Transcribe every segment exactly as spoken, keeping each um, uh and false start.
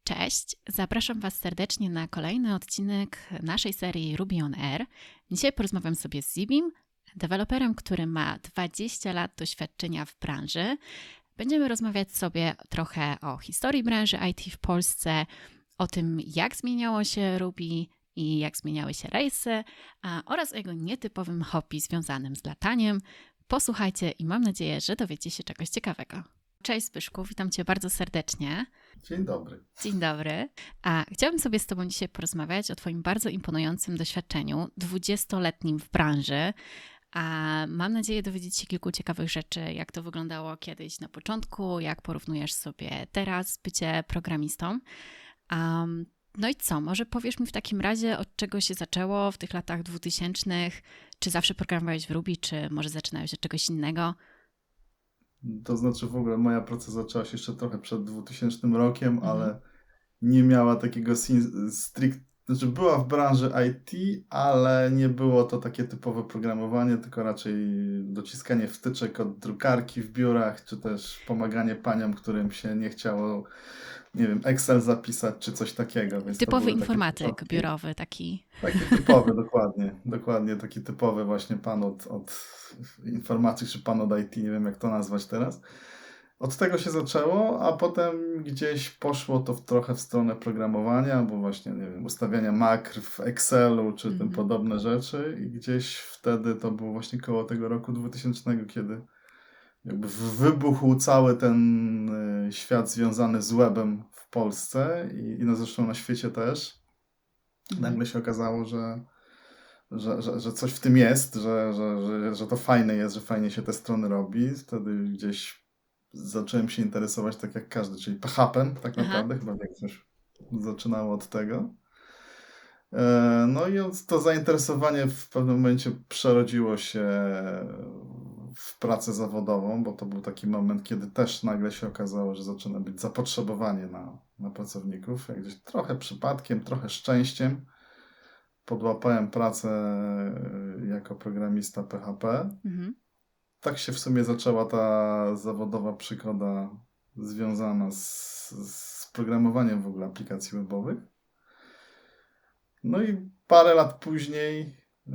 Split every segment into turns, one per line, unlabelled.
Cześć, zapraszam Was serdecznie na kolejny odcinek naszej serii Ruby on Air. Dzisiaj porozmawiam sobie z Zibim, deweloperem, który ma dwadzieścia lat doświadczenia w branży. Będziemy rozmawiać sobie trochę o historii branży I T w Polsce, o tym, jak zmieniało się Ruby i jak zmieniały się rejsy, a, oraz o jego nietypowym hobby związanym z lataniem. Posłuchajcie i mam nadzieję, że dowiecie się czegoś ciekawego. Cześć Zbyszku, witam Cię bardzo serdecznie.
Dzień dobry.
Dzień dobry. A chciałabym sobie z Tobą dzisiaj porozmawiać o Twoim bardzo imponującym doświadczeniu, dwudziestoletnim w branży. A mam nadzieję dowiedzieć się kilku ciekawych rzeczy, jak to wyglądało kiedyś na początku, jak porównujesz sobie teraz bycie programistą. Um, no i co, może powiesz mi w takim razie, od czego się zaczęło w tych latach dwutysięcznych? Czy zawsze programowałeś w Ruby, czy może zaczynałeś od czegoś innego?
To znaczy w ogóle moja praca zaczęła się jeszcze trochę przed dwutysięcznym rokiem,
Mhm.
ale nie miała takiego sin- strict, znaczy była w branży I T, ale nie było to takie typowe programowanie, tylko raczej dociskanie wtyczek od drukarki w biurach, czy też pomaganie paniom, którym się nie chciało, nie wiem, Excel zapisać, czy coś takiego. Więc to
Typowy
były takie
informatyk
początki.
biurowy taki.
Taki typowy, dokładnie. Dokładnie taki typowy właśnie pan od, od informatyk, czy pan od I T, nie wiem jak to nazwać teraz. Od tego się zaczęło, a potem gdzieś poszło to w trochę w stronę programowania, bo właśnie, nie wiem, ustawiania makr w Excelu, czy tym
Mhm.
podobne rzeczy i gdzieś wtedy to było właśnie koło tego roku dwutysięcznego, kiedy jakby wybuchł cały ten y, świat związany z webem w Polsce i, i no zresztą na świecie też.
Mhm.
Nagle się okazało, że, że, że, że coś w tym jest, że, że, że, że to fajne jest, że fajnie się te strony robi. Wtedy gdzieś zacząłem się interesować tak jak każdy, czyli P H P-em tak
Aha.
naprawdę, chyba większość zaczynało od tego. E, No i od- to zainteresowanie w pewnym momencie przerodziło się w pracę zawodową, bo to był taki moment, kiedy też nagle się okazało, że zaczyna być zapotrzebowanie na, na pracowników. Jak gdzieś trochę przypadkiem, trochę szczęściem podłapałem pracę e, jako programista P H P.
Mhm.
Tak się w sumie zaczęła ta zawodowa przygoda związana z, z programowaniem w ogóle aplikacji webowych. No i parę lat później yy,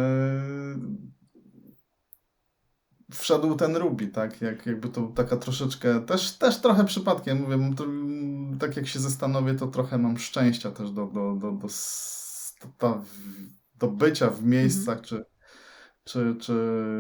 wszedł ten Ruby, tak? Jak, jakby to taka troszeczkę, też, też trochę przypadkiem, mówię, mam to, mm, tak jak się zastanowię, to trochę mam szczęścia też do, do, do, do, s- ta, do bycia w miejscach, czy, czy, czy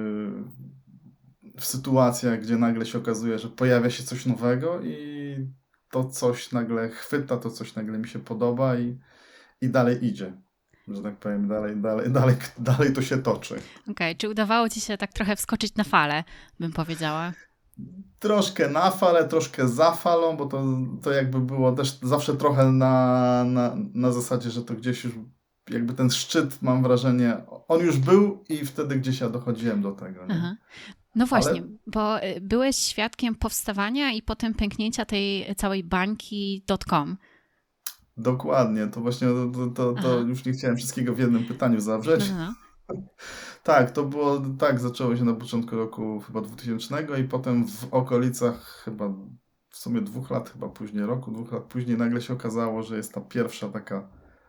w sytuacjach, gdzie nagle się okazuje, że pojawia się coś nowego i to coś nagle chwyta, to coś nagle mi się podoba i, i dalej idzie. Że tak powiem, dalej, dalej, dalej, dalej to się toczy.
Okej, czy udawało Ci się tak trochę wskoczyć na falę, bym powiedziała?
Troszkę na falę, troszkę za falą, bo to, to jakby było też zawsze trochę na, na, na zasadzie, że to gdzieś już jakby ten szczyt, mam wrażenie, on już był i wtedy gdzieś ja dochodziłem do tego, nie?
Aha. No właśnie,
Ale
bo y, byłeś świadkiem powstawania i potem pęknięcia tej całej bańki .com.
dokładnie, to właśnie to, to, to
Aha.
już nie chciałem wszystkiego w jednym pytaniu
No,
zawrzeć.
no, no.
Tak, to było, tak, zaczęło się na początku roku chyba dwutysięcznego i potem w okolicach chyba w sumie dwóch lat, chyba później roku, dwóch lat później nagle się okazało, że jest ta pierwsza taka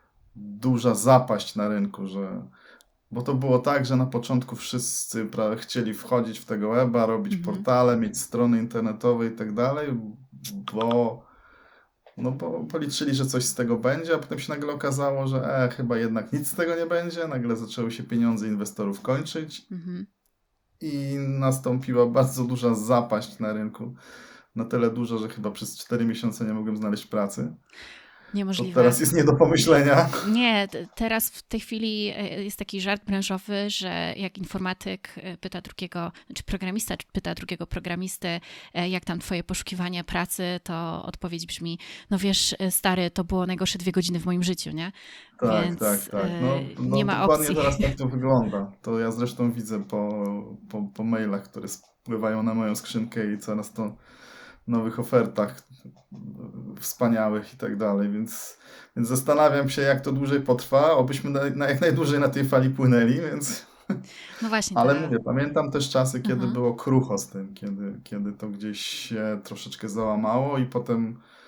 duża zapaść na rynku, że bo to było tak, że na początku wszyscy pra, chcieli wchodzić w tego weba, robić
Mhm.
portale, mieć strony internetowe i tak dalej, bo no bo policzyli, że coś z tego będzie, a potem się nagle okazało, że e, chyba jednak nic z tego nie będzie. Nagle zaczęły się pieniądze inwestorów kończyć
Mhm.
i nastąpiła bardzo duża zapaść na rynku. Na tyle duża, że chyba przez cztery miesiące nie mogłem znaleźć pracy. To
Niemożliwe.
teraz jest nie do pomyślenia.
Nie, t- teraz w tej chwili e, jest taki żart branżowy, że jak informatyk e, pyta drugiego, czy programista czy pyta drugiego programisty, e, jak tam twoje poszukiwania pracy, to odpowiedź brzmi, no wiesz, e, stary, to było najgorsze dwie godziny w moim życiu, nie?
Tak,
Więc
tak, tak. No,
e,
no
nie ma
dokładnie
opcji.
teraz tak to wygląda. To ja zresztą widzę po, po, po mailach, które spływają na moją skrzynkę i coraz to nowych ofertach wspaniałych i tak dalej, więc, więc zastanawiam się, jak to dłużej potrwa, obyśmy na, na jak najdłużej na tej fali płynęli, więc...
No właśnie,
Ale
ta...
mówię, pamiętam też czasy, kiedy
Aha.
było krucho z tym, kiedy, kiedy to gdzieś się troszeczkę załamało i potem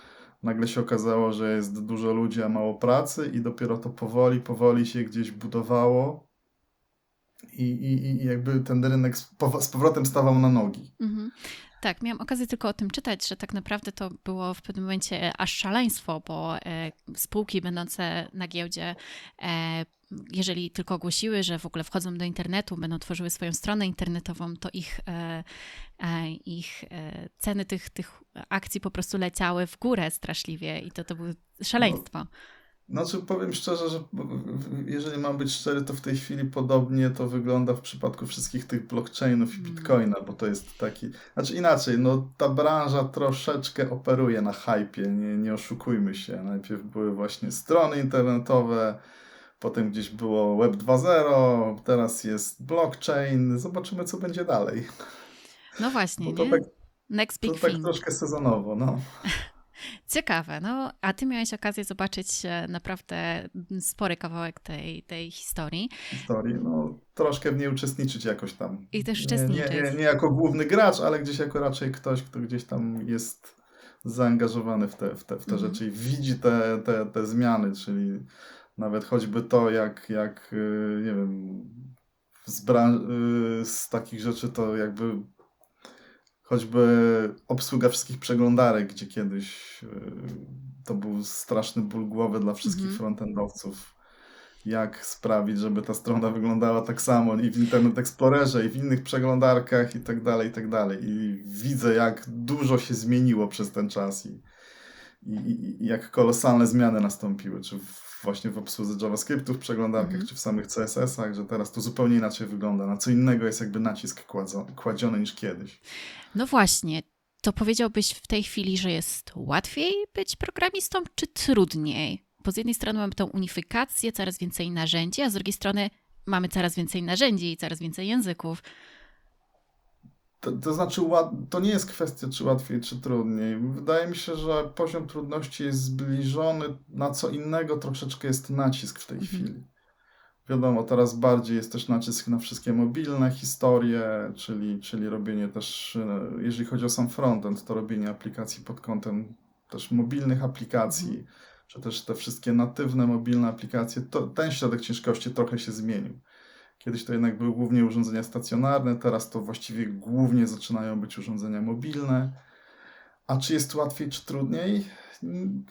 nagle się okazało, że jest dużo ludzi, a mało pracy i dopiero to powoli, powoli się gdzieś budowało i, i, i jakby ten rynek z, powo- z powrotem stawał na nogi.
Mhm. Tak, miałam okazję tylko o tym czytać, że tak naprawdę to było w pewnym momencie aż szaleństwo, bo e, spółki będące na giełdzie, e, jeżeli tylko ogłosiły, że w ogóle wchodzą do internetu, będą tworzyły swoją stronę internetową, to ich, e, e, ich e, ceny tych, tych akcji po prostu leciały w górę straszliwie i to, to było szaleństwo.
Znaczy powiem szczerze, że jeżeli mam być szczery, to w tej chwili podobnie to wygląda w przypadku wszystkich tych blockchainów i bitcoina, bo to jest taki... Znaczy inaczej, no ta branża troszeczkę operuje na hypie, nie, nie oszukujmy się. Najpierw były właśnie strony internetowe, potem gdzieś było Web dwa zero, teraz jest blockchain. Zobaczymy, co będzie dalej.
No właśnie,
Bo to
nie?
tak,
Next
to
big
tak
thing.
troszkę sezonowo, no.
Ciekawe, no a ty miałeś okazję zobaczyć e, naprawdę spory kawałek tej, tej historii
Historii, no troszkę w niej uczestniczyć jakoś tam.
i też
Nie, nie,
uczestniczyć.
nie, nie jako główny gracz, ale gdzieś jako raczej ktoś, kto gdzieś tam jest zaangażowany w te, w te, w te
Mhm.
rzeczy i widzi te, te, te zmiany, czyli nawet choćby to, jak, jak y, nie wiem, z, bran- y, z takich rzeczy to jakby choćby obsługa wszystkich przeglądarek, gdzie kiedyś y, to był straszny ból głowy dla wszystkich
Mhm.
frontendowców. Jak sprawić, żeby ta strona wyglądała tak samo i w Internet Explorerze, i w innych przeglądarkach, i tak dalej, i tak dalej. I widzę, jak dużo się zmieniło przez ten czas i, i, i jak kolosalne zmiany nastąpiły, czy w, właśnie w obsłudze JavaScriptu w przeglądarkach,
Mhm.
czy w samych C S S ach, że teraz to zupełnie inaczej wygląda. Na co innego jest jakby nacisk kładzo, kładziony niż kiedyś.
No właśnie, to powiedziałbyś w tej chwili, że jest łatwiej być programistą, czy trudniej? Bo z jednej strony mamy tą unifikację, coraz więcej narzędzi, a z drugiej strony mamy coraz więcej narzędzi i coraz więcej języków.
To, to znaczy, łat- to nie jest kwestia, czy łatwiej, czy trudniej. Wydaje mi się, że poziom trudności jest zbliżony, na co innego troszeczkę jest nacisk w tej
Mhm.
chwili. Wiadomo, teraz bardziej jest też nacisk na wszystkie mobilne historie, czyli, czyli robienie też, e, jeżeli chodzi o sam frontend, to robienie aplikacji pod kątem też mobilnych aplikacji,
Mhm.
czy też te wszystkie natywne mobilne aplikacje. To, ten środek ciężkości trochę się zmienił. Kiedyś to jednak były głównie urządzenia stacjonarne, teraz to właściwie głównie zaczynają być urządzenia mobilne. A czy jest łatwiej, czy trudniej? N-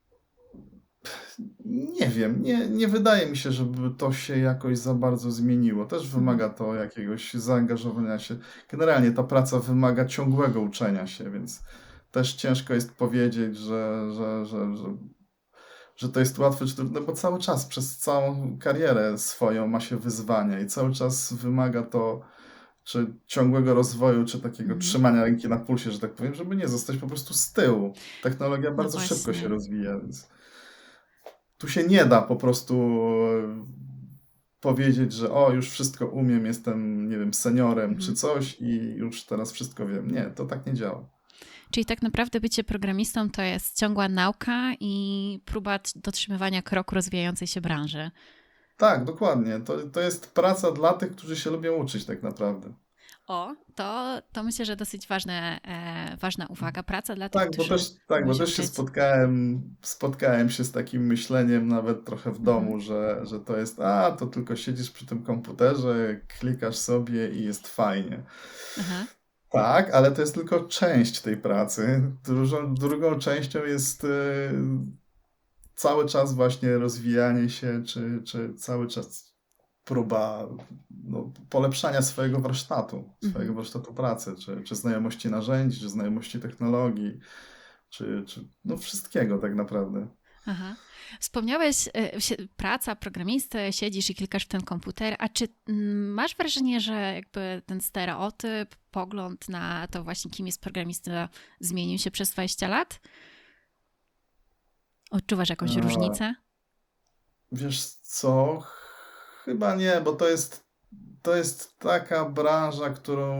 Nie wiem, nie, nie wydaje mi się, żeby to się jakoś za bardzo zmieniło. Też
Mhm.
wymaga to jakiegoś zaangażowania się. Generalnie ta praca wymaga ciągłego uczenia się, więc też ciężko jest powiedzieć, że, że, że, że, że to jest łatwe czy trudne, bo cały czas przez całą karierę swoją ma się wyzwania i cały czas wymaga to czy ciągłego rozwoju, czy takiego
Mhm.
trzymania ręki na pulsie, że tak powiem, żeby nie zostać po prostu z tyłu. Technologia
No
bardzo szybko się
właśnie.
rozwija, więc tu się nie da po prostu e, powiedzieć, że o, już wszystko umiem, jestem, nie wiem, seniorem czy
Mhm.
coś i już teraz wszystko wiem. Nie, to tak nie działa.
Czyli tak naprawdę bycie programistą to jest ciągła nauka i próba t- dotrzymywania kroku rozwijającej się branży.
Tak, dokładnie. To, to jest praca dla tych, którzy się lubią uczyć tak naprawdę.
O, to, to myślę, że dosyć ważne, e, ważna uwaga. Praca dla tych,
Tak, bo
którzy
też, tak,
lubią
bo
się
też się
uczyć.
spotkałem, spotkałem się z takim myśleniem nawet trochę w
Mhm.
domu, że, że to jest, a, to tylko siedzisz przy tym komputerze, klikasz sobie i jest fajnie.
Aha.
Tak, ale to jest tylko część tej pracy. Drugą, drugą częścią jest y, cały czas właśnie rozwijanie się, czy, czy cały czas próba no, polepszania swojego warsztatu, swojego
Mhm.
warsztatu pracy, czy, czy znajomości narzędzi, czy znajomości technologii, czy, czy no wszystkiego tak naprawdę.
Aha. Wspomniałeś, e, sie- praca programisty, siedzisz i klikasz w ten komputer, a czy mm, masz wrażenie, że jakby ten stereotyp, pogląd na to właśnie, kim jest programista, zmienił się przez dwadzieścia lat? Odczuwasz jakąś
A,
różnicę?
wiesz co? Chyba nie, bo to jest, to jest taka branża, którą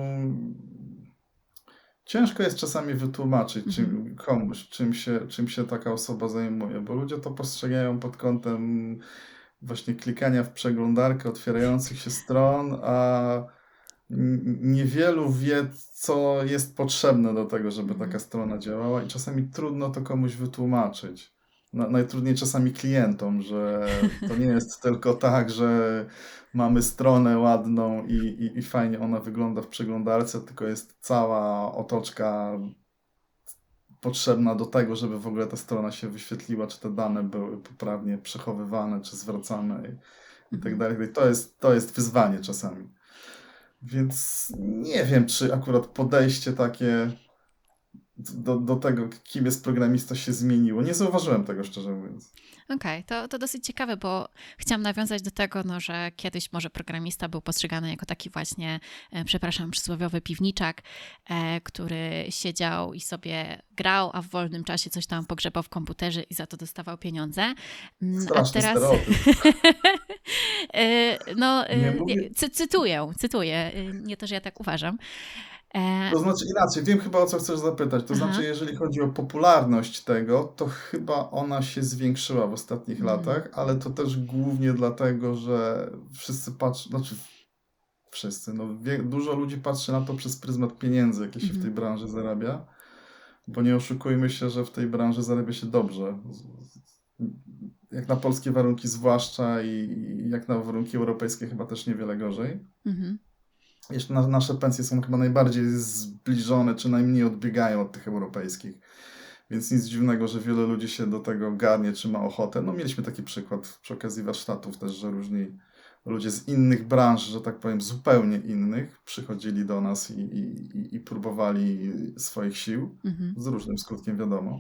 ciężko jest czasami wytłumaczyć
Mhm.
czym, komuś, czym się, czym się taka osoba zajmuje, bo ludzie to postrzegają pod kątem właśnie klikania w przeglądarkę otwierających się stron, a niewielu wie, co jest potrzebne do tego, żeby
Mhm.
taka strona działała i czasami trudno to komuś wytłumaczyć. Na, najtrudniej czasami klientom, że to nie jest tylko tak, że mamy stronę ładną i, i, i fajnie ona wygląda w przeglądarce, tylko jest cała otoczka potrzebna do tego, żeby w ogóle ta strona się wyświetliła, czy te dane były poprawnie przechowywane, czy zwracane i, i tak
Mhm.
dalej. To jest, to jest wyzwanie czasami. Więc nie wiem, czy akurat podejście takie do, do tego, kim jest programista, się zmieniło. Nie zauważyłem tego, szczerze mówiąc.
Okej, to, to dosyć ciekawe, bo chciałam nawiązać do tego, no, że kiedyś może programista był postrzegany jako taki właśnie, e, przepraszam, przysłowiowy piwniczak, e, który siedział i sobie grał, a w wolnym czasie coś tam pogrzebał w komputerze i za to dostawał pieniądze. Mm, A
Straszny
teraz,
stereotyp.
e, no,
Nie
e,
mówię.
cy, cytuję, cytuję, e, nie to, że ja tak uważam. E,
To znaczy inaczej, wiem chyba o co chcesz zapytać. To
aha.
znaczy, jeżeli chodzi o popularność tego, to chyba ona się zwiększyła w ostatnich
Mhm.
latach, ale to też głównie dlatego, że wszyscy patrzą, znaczy wszyscy, no wie, dużo ludzi patrzy na to przez pryzmat pieniędzy, jakie się w
Mhm.
tej branży zarabia, bo nie oszukujmy się, że w tej branży zarabia się dobrze. Jak na polskie warunki zwłaszcza i jak na warunki europejskie chyba też niewiele gorzej.
Mhm.
Jeszcze na, nasze pensje są chyba najbardziej zbliżone, czy najmniej odbiegają od tych europejskich. Więc nic dziwnego, że wiele ludzi się do tego garnie, czy ma ochotę. No mieliśmy taki przykład przy okazji warsztatów też, że różni ludzie z innych branż, że tak powiem zupełnie innych, przychodzili do nas i, i, i próbowali swoich sił.
Mhm.
Z różnym skutkiem, wiadomo.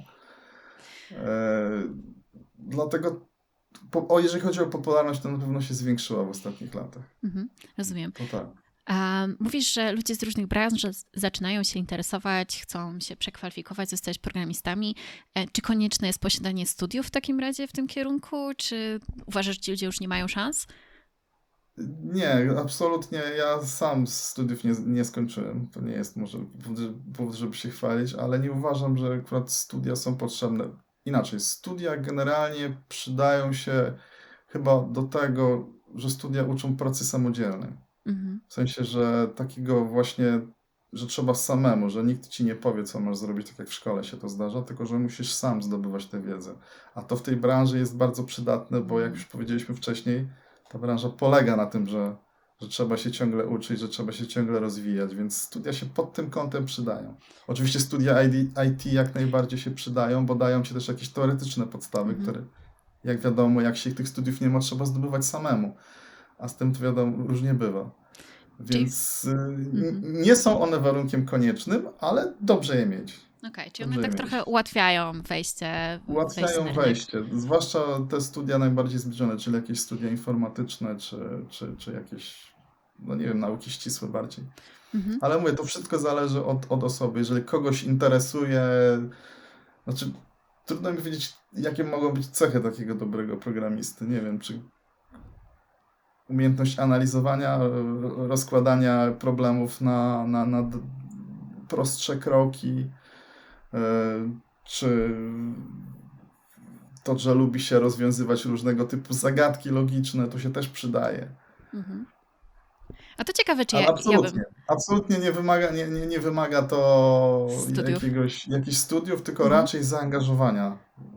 E, dlatego, po, o, jeżeli chodzi o popularność, to na pewno się zwiększyła w ostatnich latach.
Mhm. Rozumiem.
To tak.
A mówisz, że ludzie z różnych branż z- zaczynają się interesować, chcą się przekwalifikować, zostać programistami. E, Czy konieczne jest posiadanie studiów w takim razie w tym kierunku? Czy uważasz, że ci ludzie już nie mają szans?
Nie, absolutnie. Ja sam studiów nie, nie skończyłem. To nie jest może powód, powód, żeby się chwalić, ale nie uważam, że akurat studia są potrzebne. Inaczej, studia generalnie przydają się chyba do tego, że studia uczą pracy samodzielnej.
Mhm.
W sensie, że takiego właśnie, że trzeba samemu, że nikt ci nie powie, co masz zrobić, tak jak w szkole się to zdarza, tylko że musisz sam zdobywać tę wiedzę. A to w tej branży jest bardzo przydatne, bo jak już powiedzieliśmy wcześniej, ta branża polega na tym, że, że trzeba się ciągle uczyć, że trzeba się ciągle rozwijać, więc studia się pod tym kątem przydają. Oczywiście studia I T jak najbardziej się przydają, bo dają ci też jakieś teoretyczne podstawy,
Mhm.
które, jak wiadomo, jak się tych studiów nie ma, trzeba zdobywać samemu. A z tym to wiadomo, różnie bywa.
Czyli,
Więc y,
mhm.
nie są one warunkiem koniecznym, ale dobrze je mieć.
Okej, czyli one
Dobrze je
tak
mieć.
trochę ułatwiają wejście, wejście na
Ułatwiają
rynek.
wejście, zwłaszcza te studia najbardziej zbliżone, czyli jakieś studia informatyczne, czy, czy, czy jakieś, no nie wiem, nauki ścisłe bardziej.
Mhm.
Ale mówię, to wszystko zależy od, od osoby. Jeżeli kogoś interesuje, znaczy trudno mi wiedzieć, jakie mogą być cechy takiego dobrego programisty. Nie wiem, czy umiejętność analizowania, rozkładania problemów na, na, na d- prostsze kroki, e, czy to, że lubi się rozwiązywać różnego typu zagadki logiczne, to się też przydaje.
Mhm. A to ciekawe, czy
Ale
ja, ja bym
absolutnie, absolutnie nie wymaga, nie, nie, nie wymaga to
studiów.
jakiegoś, jakichś studiów, tylko
Mhm.
raczej zaangażowania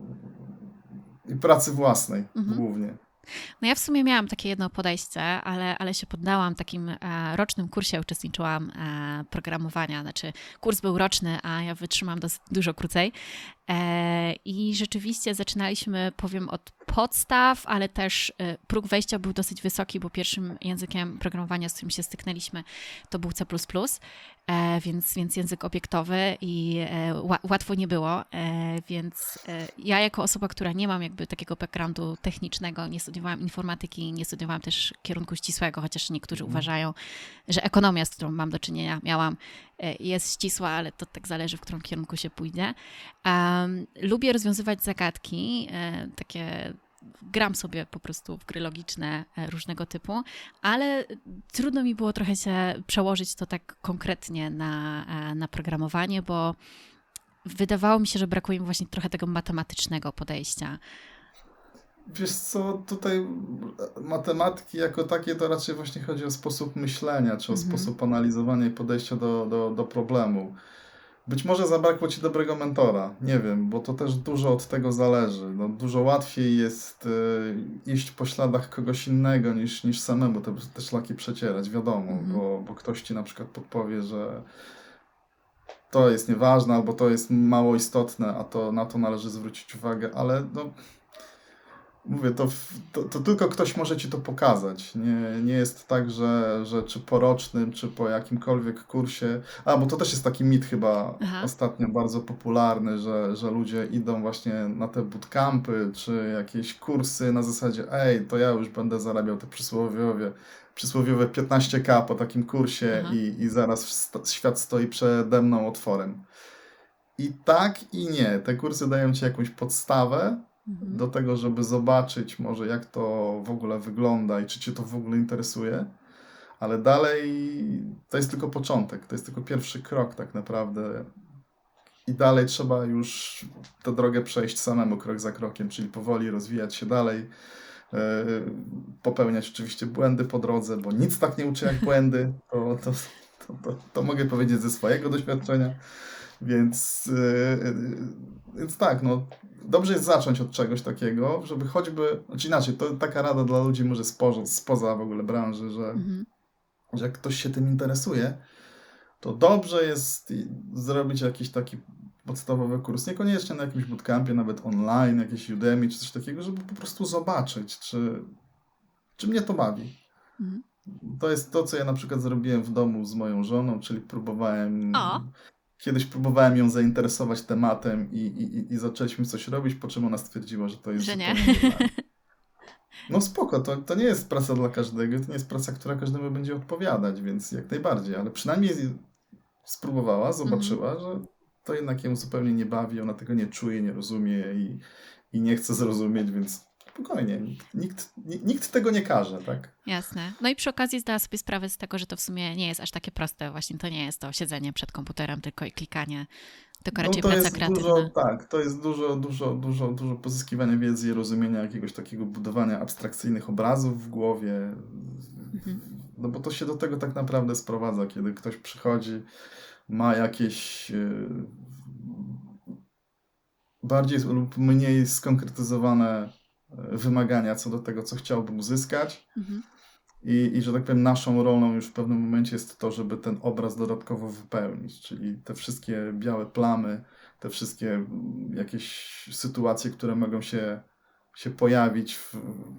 i pracy własnej
Mhm.
głównie.
No ja w sumie miałam takie jedno podejście, ale, ale się poddałam takim e, rocznym kursie, uczestniczyłam e, programowania, znaczy kurs był roczny, a ja wytrzymałam dosyć dużo krócej. E, I rzeczywiście zaczynaliśmy, powiem, od podstaw, ale też e, próg wejścia był dosyć wysoki, bo pierwszym językiem programowania, z którym się styknęliśmy, to był C plus plus, e, więc, więc język obiektowy i e, ła, łatwo nie było, e, więc e, ja jako osoba, która nie mam jakby takiego backgroundu technicznego, nie studiowałam informatyki, nie studiowałam też kierunku ścisłego, chociaż niektórzy
Mhm.
uważają, że ekonomia, z którą mam do czynienia, miałam, e, jest ścisła, ale to tak zależy, w którym kierunku się pójdzie. Um, lubię rozwiązywać zagadki, e, takie gram sobie po prostu w gry logiczne e, różnego typu, ale trudno mi było trochę się przełożyć to tak konkretnie na, e, na programowanie, bo wydawało mi się, że brakuje mi właśnie trochę tego matematycznego podejścia.
Wiesz co, tutaj matematyki jako takie to raczej właśnie chodzi o sposób myślenia, czy o
Mhm.
sposób analizowania i podejścia do, do, do problemu. Być może zabrakło ci dobrego mentora, nie wiem, bo to też dużo od tego zależy. No, dużo łatwiej jest y, iść po śladach kogoś innego niż, niż samemu te, te szlaki przecierać, wiadomo,
Mhm.
bo, bo ktoś ci na przykład podpowie, że to jest nieważne albo to jest mało istotne, a to na to należy zwrócić uwagę, ale no, mówię, to, w- to, to tylko ktoś może ci to pokazać. Nie, nie jest tak, że, że czy po rocznym, czy po jakimkolwiek kursie. A, bo to też jest taki mit chyba
Aha.
ostatnio bardzo popularny, że, że ludzie idą właśnie na te bootcampy, czy jakieś kursy na zasadzie, ej, to ja już będę zarabiał te przysłowiowe, przysłowiowe piętnaście ka po takim kursie
Aha.
i, i zaraz sto, świat stoi przede mną otworem. I tak, i nie. Te kursy dają ci jakąś podstawę
Mhm.
do tego, żeby zobaczyć może jak to w ogóle wygląda i czy cię to w ogóle interesuje, ale dalej to jest tylko początek, to jest tylko pierwszy krok tak naprawdę i dalej trzeba już tę drogę przejść samemu krok za krokiem, czyli powoli rozwijać się dalej, yy, popełniać oczywiście błędy po drodze, bo nic tak nie uczy jak błędy, to, to, to, to, to mogę powiedzieć ze swojego doświadczenia. Więc, yy, więc tak, no, dobrze jest zacząć od czegoś takiego, żeby choćby, znaczy inaczej, to taka rada dla ludzi może spoza, spoza w ogóle branży, że,
Mhm.
że jak ktoś się tym interesuje, to dobrze jest i- zrobić jakiś taki podstawowy kurs, niekoniecznie na jakimś bootcampie, nawet online, jakieś Udemy czy coś takiego, żeby po prostu zobaczyć, czy, czy mnie to bawi.
Mhm.
To jest to, co ja na przykład zrobiłem w domu z moją żoną, czyli próbowałem.
O,
Kiedyś próbowałem ją zainteresować tematem i, i, i- i zaczęliśmy coś robić, po czym ona stwierdziła, że to jest
że nie.
zupełnie nie dla niej. No spoko, to, to nie jest praca dla każdego, to nie jest praca, która każdemu będzie odpowiadać, więc jak najbardziej, ale przynajmniej z- spróbowała,
Mhm.
zobaczyła, że to jednak ją zupełnie nie bawi, ona tego nie czuje, nie rozumie i, i nie chce zrozumieć, więc spokojnie, nikt, nikt, nikt tego nie każe, tak?
Jasne. No i przy okazji zdała sobie sprawę z tego, że to w sumie nie jest aż takie proste. Właśnie to nie jest to siedzenie przed komputerem tylko i klikanie, tylko
No
raczej
to
praca
jest dużo,
kreatywna.
tak, to jest dużo, dużo, dużo, dużo pozyskiwania wiedzy i rozumienia jakiegoś takiego budowania abstrakcyjnych obrazów w głowie.
Mhm.
No bo to się do tego tak naprawdę sprowadza, kiedy ktoś przychodzi, ma jakieś yy, bardziej lub mniej skonkretyzowane yy, wymagania co do tego, co chciałby uzyskać.
Mhm.
I, I że tak powiem, naszą rolą już w pewnym momencie jest to, żeby ten obraz dodatkowo wypełnić, czyli te wszystkie białe plamy, te wszystkie mm, jakieś sytuacje, które mogą się, się pojawić, w,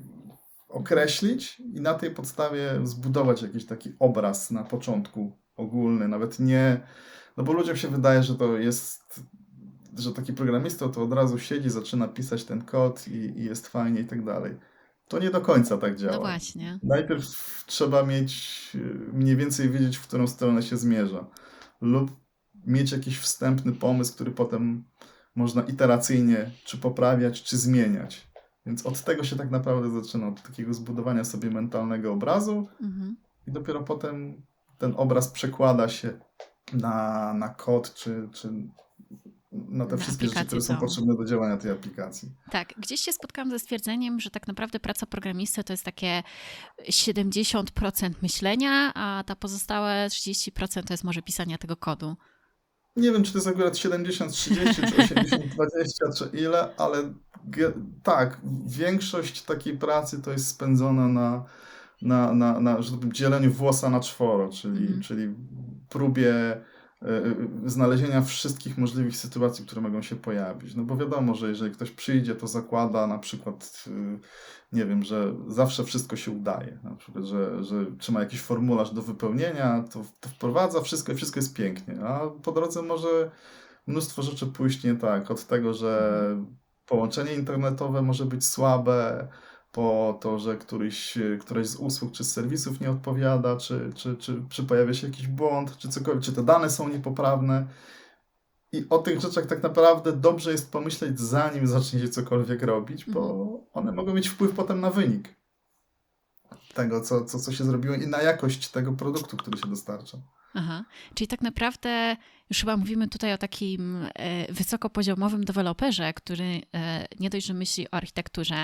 określić i na tej podstawie zbudować jakiś taki obraz na początku ogólny, nawet nie, no bo ludziom się wydaje, że to jest, że taki programista to od razu siedzi, zaczyna pisać ten kod i, i jest fajnie i tak dalej. To nie do końca tak
No
działa.
właśnie.
Najpierw trzeba mieć, y, mniej więcej wiedzieć, w którą stronę się zmierza. Lub mieć jakiś wstępny pomysł, który potem można iteracyjnie czy poprawiać, czy zmieniać. Więc od tego się tak naprawdę zaczyna, od takiego zbudowania sobie mentalnego obrazu
Mhm.
i dopiero potem ten obraz przekłada się na, na kod, czy, czy na te
Na
wszystkie rzeczy,
aplikację
które są
całą.
potrzebne do działania tej aplikacji.
Tak, gdzieś się spotkałam ze stwierdzeniem, że tak naprawdę praca programisty to jest takie siedemdziesiąt procent myślenia, a ta pozostałe trzydzieści procent to jest może pisania tego kodu.
Nie wiem, czy to jest akurat siedemdziesiąt trzydzieści, czy osiemdziesiąt dwadzieścia, czy ile, ale ge- tak, większość takiej pracy to jest spędzona na, na, na, na że tak powiem, dzieleniu włosa na czworo, czyli,
Mhm.
czyli próbie y, y, znalezienia wszystkich możliwych sytuacji, które mogą się pojawić. No bo wiadomo, że jeżeli ktoś przyjdzie, to zakłada na przykład, y, nie wiem, że zawsze wszystko się udaje. Na przykład, że, że czy ma jakiś formularz do wypełnienia, to, to wprowadza wszystko i wszystko jest pięknie. A po drodze może mnóstwo rzeczy pójść nie tak. Od tego, że
Mhm.
połączenie internetowe może być słabe, po to, że któryś, któraś z usług czy z serwisów nie odpowiada, czy, czy, czy, czy pojawia się jakiś błąd, czy cokolwiek, czy te dane są niepoprawne. I o tych rzeczach tak naprawdę dobrze jest pomyśleć, zanim zacznie się cokolwiek robić,
Mhm.
bo one mogą mieć wpływ potem na wynik tego, co, co, co się zrobiło i na jakość tego produktu, który się dostarcza.
Aha. Czyli tak naprawdę już chyba mówimy tutaj o takim e, wysokopoziomowym deweloperze, który e, nie dość, że myśli o architekturze,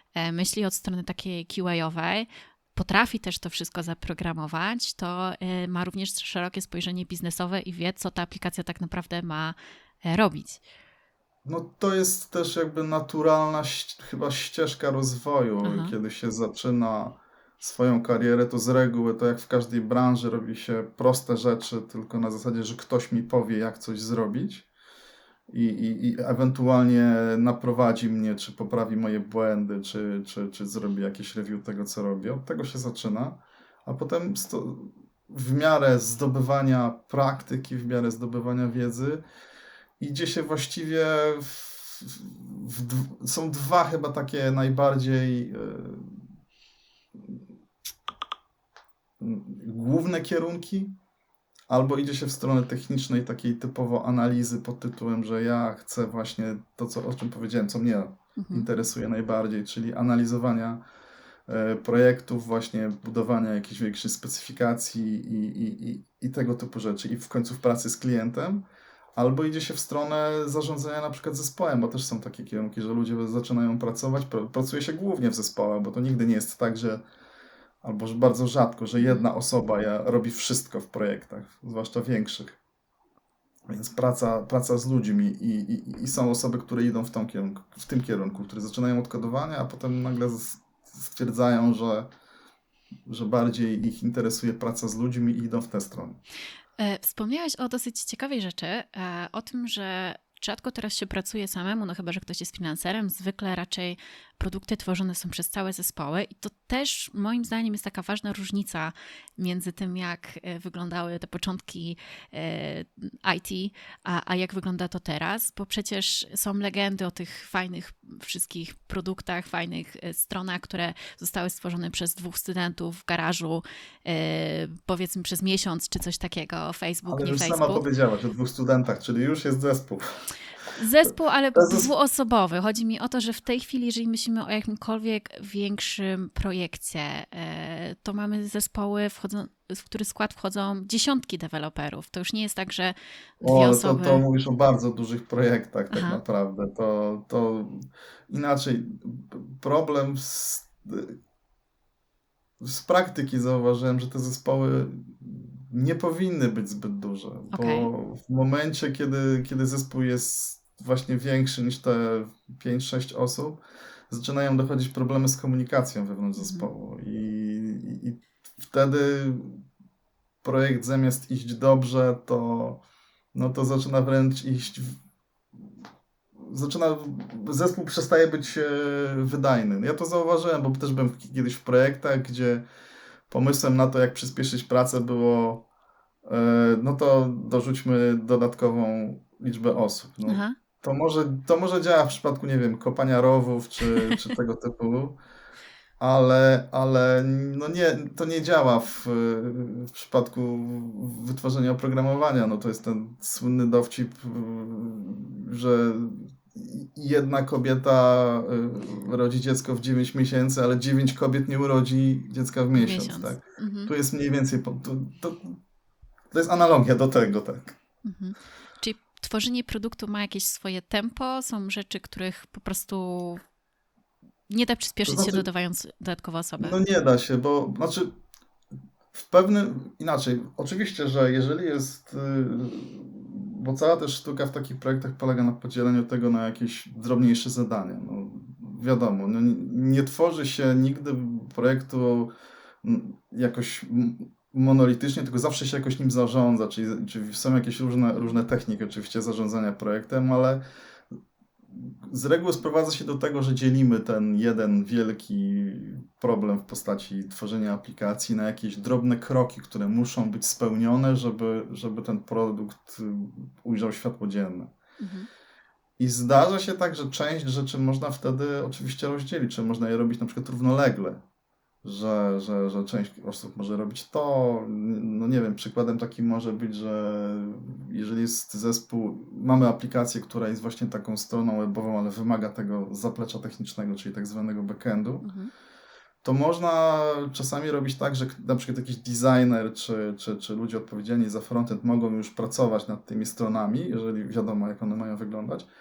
e, myśli od strony takiej Q A-owej, potrafi też to wszystko zaprogramować, to e, ma również szerokie spojrzenie biznesowe i wie, co ta aplikacja tak naprawdę ma e, robić.
No to jest też jakby naturalna ś- chyba ścieżka rozwoju.
Aha.
Kiedy się zaczyna swoją karierę, to z reguły, to jak w każdej branży, robi się proste rzeczy, tylko na zasadzie, że ktoś mi powie, jak coś zrobić i, i, i ewentualnie naprowadzi mnie, czy poprawi moje błędy, czy, czy, czy zrobi jakieś review tego, co robię. Od tego się zaczyna, a potem sto, w miarę zdobywania praktyki, w miarę zdobywania wiedzy, idzie się właściwie w, w, w, są dwa chyba takie najbardziej e, główne kierunki. Albo idzie się w stronę technicznej, takiej typowo analizy pod tytułem, że ja chcę właśnie to, co, o czym powiedziałem, co mnie
Mhm.
interesuje najbardziej, czyli analizowania e, projektów, właśnie budowania jakiejś większej specyfikacji i, i, i, i tego typu rzeczy, i w końcu w pracy z klientem. Albo idzie się w stronę zarządzania na przykład zespołem, bo też są takie kierunki, że ludzie zaczynają pracować, pr- pracuje się głównie w zespołach, bo to nigdy nie jest tak, że albo że bardzo rzadko, że
Mhm.
jedna osoba ja, robi wszystko w projektach, zwłaszcza większych. Więc praca, praca z ludźmi i, i, i są osoby, które idą w, tą kierunku, w tym kierunku, które zaczynają od kodowania, a potem nagle z- stwierdzają, że, że bardziej ich interesuje praca z ludźmi i idą w tę stronę.
E, Wspomniałeś o dosyć ciekawej rzeczy, e, o tym, że rzadko teraz się pracuje samemu, no chyba że ktoś jest freelancerem, zwykle raczej produkty tworzone są przez całe zespoły i to też moim zdaniem jest taka ważna różnica między tym, jak e, wyglądały te początki e, I T, a, a jak wygląda to teraz, bo przecież są legendy o tych fajnych wszystkich produktach, fajnych e, stronach, które zostały stworzone przez dwóch studentów w garażu, e, powiedzmy przez miesiąc czy coś takiego, Facebook,
Ale
nie
już sama
Facebook.
powiedziałaś o dwóch studentach, czyli już jest zespół.
Zespół, ale
To jest zes-
dwuosobowy. Chodzi mi o to, że w tej chwili, jeżeli myślimy o jakimkolwiek większym projekcie, e, to mamy zespoły, wchodzą, w który skład wchodzą dziesiątki deweloperów. To już nie jest tak, że dwie
O, ale to, to
osoby...
mówisz o bardzo dużych projektach tak
Aha,
naprawdę. To, to inaczej problem z, z praktyki zauważyłem, że te zespoły nie powinny być zbyt duże,
okej.
bo w momencie, kiedy, kiedy zespół jest właśnie większy niż te pięć sześć osób, zaczynają dochodzić problemy z komunikacją wewnątrz
Mhm.
zespołu i, i, i wtedy projekt zamiast iść dobrze, to, no to zaczyna wręcz iść w, zaczyna, zespół przestaje być e, wydajny. Ja to zauważyłem, bo też byłem kiedyś w projektach, gdzie pomysłem na to, jak przyspieszyć pracę było, e, no to dorzućmy dodatkową liczbę osób. No,
Aha.
to może, to może działa w przypadku, nie wiem, kopania rowów czy, czy tego typu, ale, ale no nie, to nie działa w, w przypadku wytworzenia oprogramowania. No to jest ten słynny dowcip, że jedna kobieta y, rodzi dziecko w dziewięć miesięcy, ale dziewięć kobiet nie urodzi dziecka w
W
miesiąc,
miesiąc.
tak?
Mhm.
Tu jest mniej więcej, po- to, to, to jest analogia do tego, tak?
Mhm. Czyli tworzenie produktu ma jakieś swoje tempo, są rzeczy, których po prostu nie da
To
przyspieszyć się
znaczy,
dodawając dodatkowe osoby.
no nie da się, bo znaczy w pewnym, inaczej, oczywiście, że jeżeli jest, y, bo cała też sztuka w takich projektach polega na podzieleniu tego na jakieś drobniejsze zadania. No, wiadomo, no, nie, nie tworzy się nigdy projektu mm, jakoś m- monolitycznie, tylko zawsze się jakoś nim zarządza, czyli, czyli są jakieś różne, różne techniki oczywiście zarządzania projektem, ale z reguły sprowadza się do tego, że dzielimy ten jeden wielki problem w postaci tworzenia aplikacji na jakieś drobne kroki, które muszą być spełnione, żeby, żeby ten produkt y, ujrzał światło dzienne.
Mhm.
I zdarza się tak, że część rzeczy można wtedy oczywiście rozdzielić, czy można je robić na przykład równolegle, że, że, że część osób może robić to. No nie wiem, przykładem takim może być, że jeżeli jest zespół, mamy aplikację, która jest właśnie taką stroną webową, ale wymaga tego zaplecza technicznego, czyli tak zwanego backendu,
Mhm.
to można czasami robić tak, że na przykład jakiś designer czy, czy, czy ludzie odpowiedzialni za frontend mogą już pracować nad tymi stronami, jeżeli wiadomo, jak one mają wyglądać,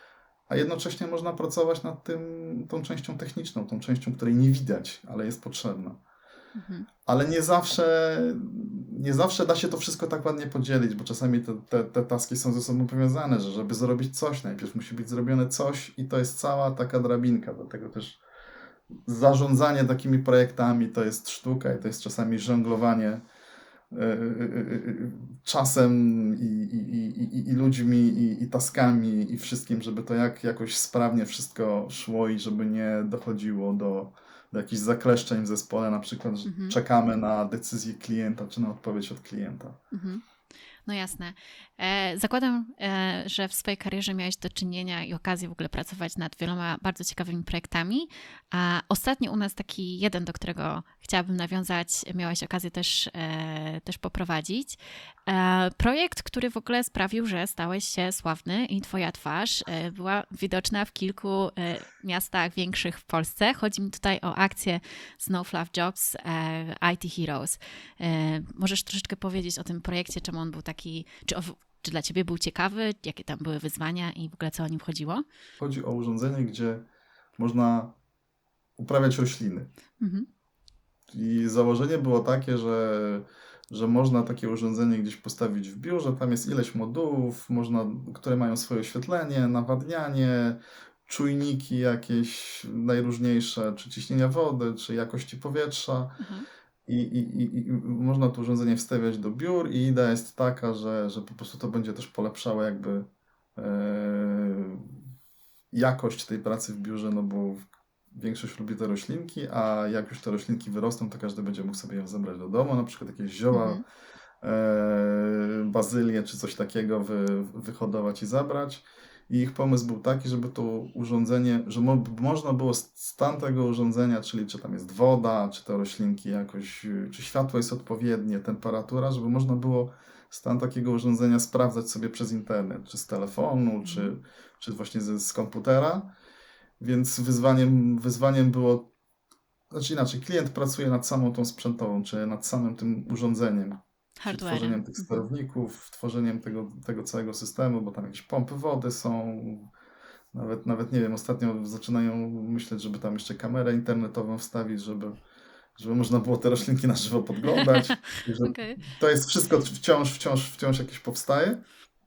a jednocześnie można pracować nad tym, tą częścią techniczną, tą częścią, której nie widać, ale jest potrzebna.
Mhm.
Ale nie zawsze, nie zawsze da się to wszystko tak ładnie podzielić, bo czasami te, te, te taski są ze sobą powiązane, że żeby zrobić coś, najpierw musi być zrobione coś i to jest cała taka drabinka. Dlatego też zarządzanie takimi projektami to jest sztuka i to jest czasami żonglowanie y, y, y, y, czasem i, i, i, i, i ludźmi, i, i taskami, i wszystkim, żeby to jak, jakoś sprawnie wszystko szło i żeby nie dochodziło do, do jakichś zakleszczeń w zespole, na przykład, że
Mhm.
czekamy na decyzję klienta, czy na odpowiedź od klienta.
Mhm. No jasne. E, zakładam, e, że w swojej karierze miałeś do czynienia i okazję w ogóle pracować nad wieloma bardzo ciekawymi projektami, a ostatnio u nas taki jeden, do którego chciałabym nawiązać, miałeś okazję też, e, też poprowadzić. E, projekt, który w ogóle sprawił, że stałeś się sławny i twoja twarz e, była widoczna w kilku e, miastach większych w Polsce. Chodzi mi tutaj o akcję Snow Fluff Jobs e, I T Heroes. E, możesz troszeczkę powiedzieć o tym projekcie, czemu on był taki, czy, o, czy dla ciebie był ciekawy, jakie tam były wyzwania i w ogóle co o nim chodziło?
Chodzi o urządzenie, gdzie można uprawiać rośliny.
Mhm.
I założenie było takie, że, że można takie urządzenie gdzieś postawić w biurze, tam jest ileś modułów, można, które mają swoje oświetlenie, nawadnianie, czujniki jakieś najróżniejsze, czy ciśnienia wody, czy jakości powietrza.
Aha.
I, i, i, I można to urządzenie wstawiać do biur i idea jest taka, że, że po prostu to będzie też polepszało jakby e, jakość tej pracy w biurze, no bo większość lubi te roślinki, a jak już te roślinki wyrosną, to każdy będzie mógł sobie je zabrać do domu, na przykład jakieś zioła,
Mhm.
e, bazylię czy coś takiego wy, wyhodować i zabrać. I ich pomysł był taki, żeby to urządzenie, że mo można było stan tego urządzenia, czyli czy tam jest woda, czy te roślinki jakoś, czy światło jest odpowiednie, temperatura, żeby można było stan takiego urządzenia sprawdzać sobie przez internet, czy z telefonu,
Mhm.
czy, czy właśnie z, z komputera. Więc wyzwaniem, wyzwaniem było, znaczy inaczej, klient pracuje nad samą tą sprzętową, czy nad samym tym urządzeniem, czy
Hardwarem.
tworzeniem tych
Mhm.
sterowników, tworzeniem tego, tego całego systemu, bo tam jakieś pompy wody są, nawet, nawet nie wiem, ostatnio zaczynają myśleć, żeby tam jeszcze kamerę internetową wstawić, żeby, żeby można było te roślinki na żywo podglądać. Także
Okej.
to jest wszystko wciąż, wciąż, wciąż jakieś powstaje.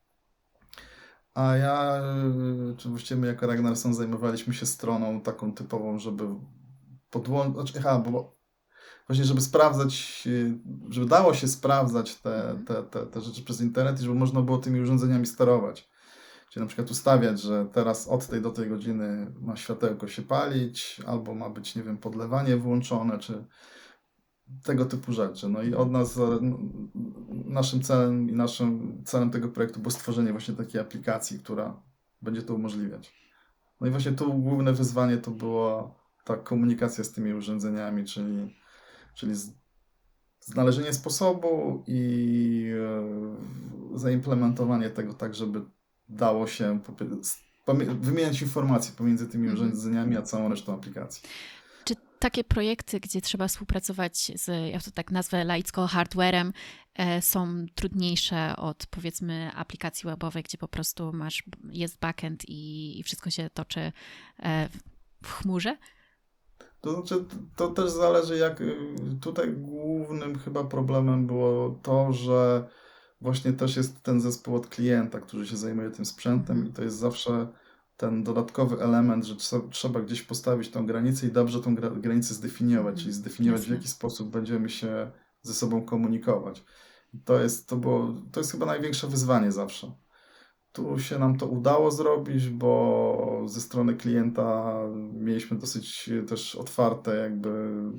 A ja, y, czy właściwie my jako Ragnarsson zajmowaliśmy się stroną taką typową, żeby podłączyć, znaczy, aha, bo właśnie żeby sprawdzać, y, żeby dało się sprawdzać te,
Mhm.
te, te, te rzeczy przez internet i żeby można było tymi urządzeniami sterować. Czyli na przykład ustawiać, że teraz od tej do tej godziny ma światełko się palić, albo ma być, nie wiem, podlewanie włączone, czy tego typu rzeczy. No i od nas, e, n- naszym celem i naszym celem tego projektu było stworzenie właśnie takiej aplikacji, która będzie to umożliwiać. No i właśnie tu główne wyzwanie to była ta komunikacja z tymi urządzeniami, czyli, czyli z- znalezienie sposobu i e, zaimplementowanie tego tak, żeby dało się popie- s- pomie- wymieniać informacje pomiędzy tymi
Mhm.
urządzeniami a całą resztą aplikacji.
Czy takie projekty, gdzie trzeba współpracować z, ja to tak nazwę laicko, hardwarem, e, są trudniejsze od powiedzmy aplikacji webowej, gdzie po prostu masz, jest backend i, i wszystko się toczy e, w, w chmurze?
To znaczy, to też zależy jak, y, tutaj głównym chyba problemem było to, że właśnie też jest ten zespół od klienta, który się zajmuje tym sprzętem
Mhm.
i to jest zawsze ten dodatkowy element, że trze- trzeba gdzieś postawić tą granicę i dobrze tą gra- granicę zdefiniować,
Mhm.
czyli zdefiniować w
Jasne.
jaki sposób będziemy się ze sobą komunikować. I to jest, to było, to jest chyba największe wyzwanie zawsze. Tu się nam to udało zrobić, bo ze strony klienta mieliśmy dosyć też otwarte, jakby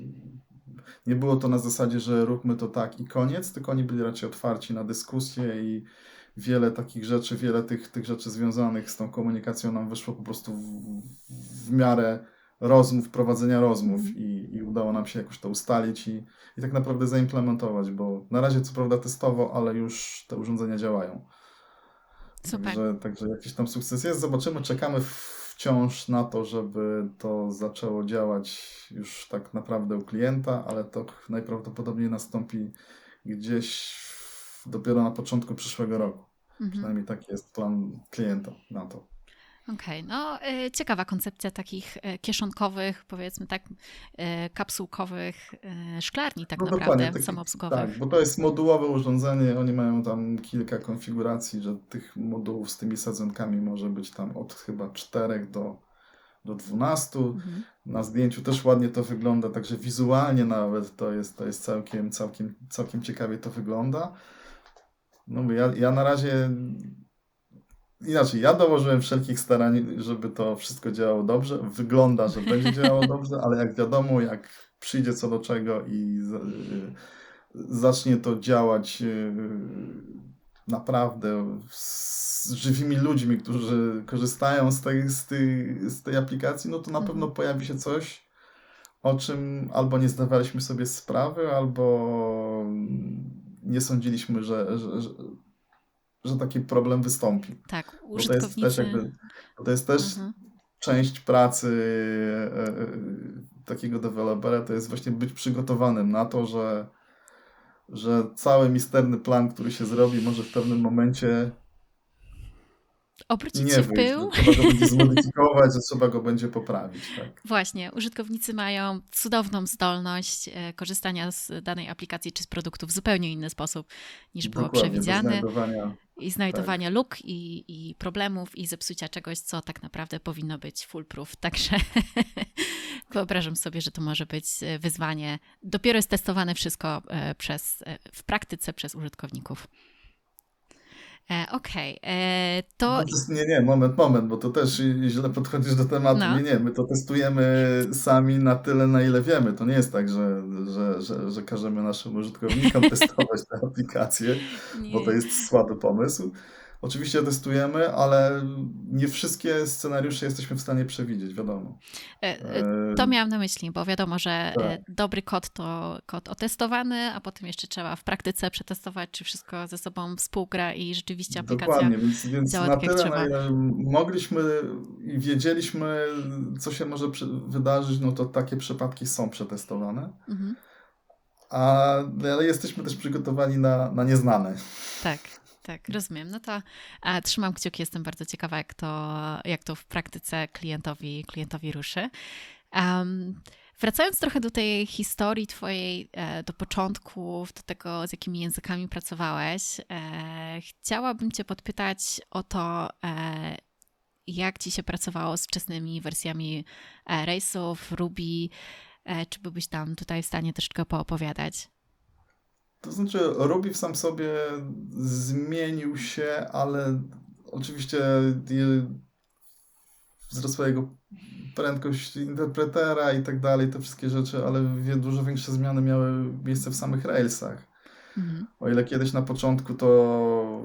nie było to na zasadzie, że róbmy to tak i koniec, tylko oni byli raczej otwarci na dyskusję i wiele takich rzeczy, wiele tych, tych rzeczy związanych z tą komunikacją nam wyszło po prostu w, w miarę rozmów, prowadzenia rozmów
Mhm.
i, i udało nam się jakoś to ustalić i, i tak naprawdę zaimplementować, bo na razie co prawda testowo, ale już te urządzenia działają.
Super.
Także, także jakiś tam sukces jest. Zobaczymy, czekamy wciąż na to, żeby to zaczęło działać już tak naprawdę u klienta, ale to najprawdopodobniej nastąpi gdzieś dopiero na początku przyszłego roku.
Mhm.
Przynajmniej taki jest plan klienta na to.
Okej, no y, ciekawa koncepcja takich y, kieszonkowych, powiedzmy tak, y, kapsułkowych y, szklarni tak
No dokładnie,
naprawdę,
taki, tak,
samoobsługowych.
bo to jest modułowe urządzenie, oni mają tam kilka konfiguracji, że tych modułów z tymi sadzonkami może być tam od chyba czterech do, do dwunastu.
Mhm.
Na zdjęciu też ładnie to wygląda, także wizualnie nawet to jest, to jest całkiem, całkiem, całkiem ciekawie to wygląda. No bo ja, ja na razie inaczej, ja dołożyłem wszelkich starań, żeby to wszystko działało dobrze. Wygląda, że będzie działało dobrze, ale jak wiadomo, jak przyjdzie co do czego i z, y, zacznie to działać y, naprawdę z żywymi ludźmi, którzy korzystają z tej, z tej, z tej aplikacji, no to na pewno
Mhm.
pojawi się coś, o czym albo nie zdawaliśmy sobie sprawy, albo nie sądziliśmy, że, że, że, że taki problem wystąpi.
Tak,
Bo to jest też
użytkownicy.
jakby, bo to jest też
Mhm.
część pracy e, e, takiego dewelopera, to jest właśnie być przygotowanym na to, że, że cały misterny plan, który się zrobi, może w pewnym momencie
Obrócić
nie
się w
wyjść, że
pył.
trzeba go będzie zmodyfikować, że trzeba go będzie poprawić, tak.
Właśnie, użytkownicy mają cudowną zdolność e, korzystania z danej aplikacji czy z produktów w zupełnie inny sposób niż było
Dokładnie, do
przewidziane
znajdowania,
i
tak.
znajdowania luk i, i problemów i zepsucia czegoś, co tak naprawdę powinno być foolproof. Także wyobrażam sobie, że to może być e, wyzwanie. Dopiero jest testowane wszystko e, przez, e, w praktyce przez użytkowników. E, Okej, e, to
No to jest, nie, nie, moment, moment, bo to też źle podchodzisz do tematu.
no.
Nie, nie, my to testujemy sami na tyle, na ile wiemy. To nie jest tak, że, że, że, że każemy naszym użytkownikom testować te aplikacje, bo to
Nie.
jest słaby pomysł. Oczywiście testujemy, ale nie wszystkie scenariusze jesteśmy w stanie przewidzieć, wiadomo.
E, e,
E,
To miałam na myśli, bo wiadomo, że e,
tak,
dobry kod to kod otestowany, a potem jeszcze trzeba w praktyce przetestować, czy wszystko ze sobą współgra i rzeczywiście aplikacja
dokładnie, więc, więc
działa
na
tak, jak
tyle, na
trzeba.
ile mogliśmy i wiedzieliśmy, co się może przy- wydarzyć, no to takie przypadki są przetestowane.
Mhm.
A, ale jesteśmy też przygotowani na, na nieznane.
Tak, tak, rozumiem. No to a, trzymam kciuki, jestem bardzo ciekawa, jak to, jak to w praktyce klientowi, klientowi ruszy. Um, wracając trochę do tej historii twojej, e, do początków, do tego, z jakimi językami pracowałeś, e, chciałabym cię podpytać o to, e, jak ci się pracowało z wczesnymi wersjami e, Race'ów, Ruby, e, czy byłbyś tam tutaj w stanie troszeczkę poopowiadać?
To znaczy, Ruby sam sobie zmienił się, ale oczywiście je- wzrosła jego prędkość interpretera i tak dalej, te wszystkie rzeczy, ale wie- dużo większe zmiany miały miejsce w samych Railsach.
Mhm.
O ile kiedyś na początku to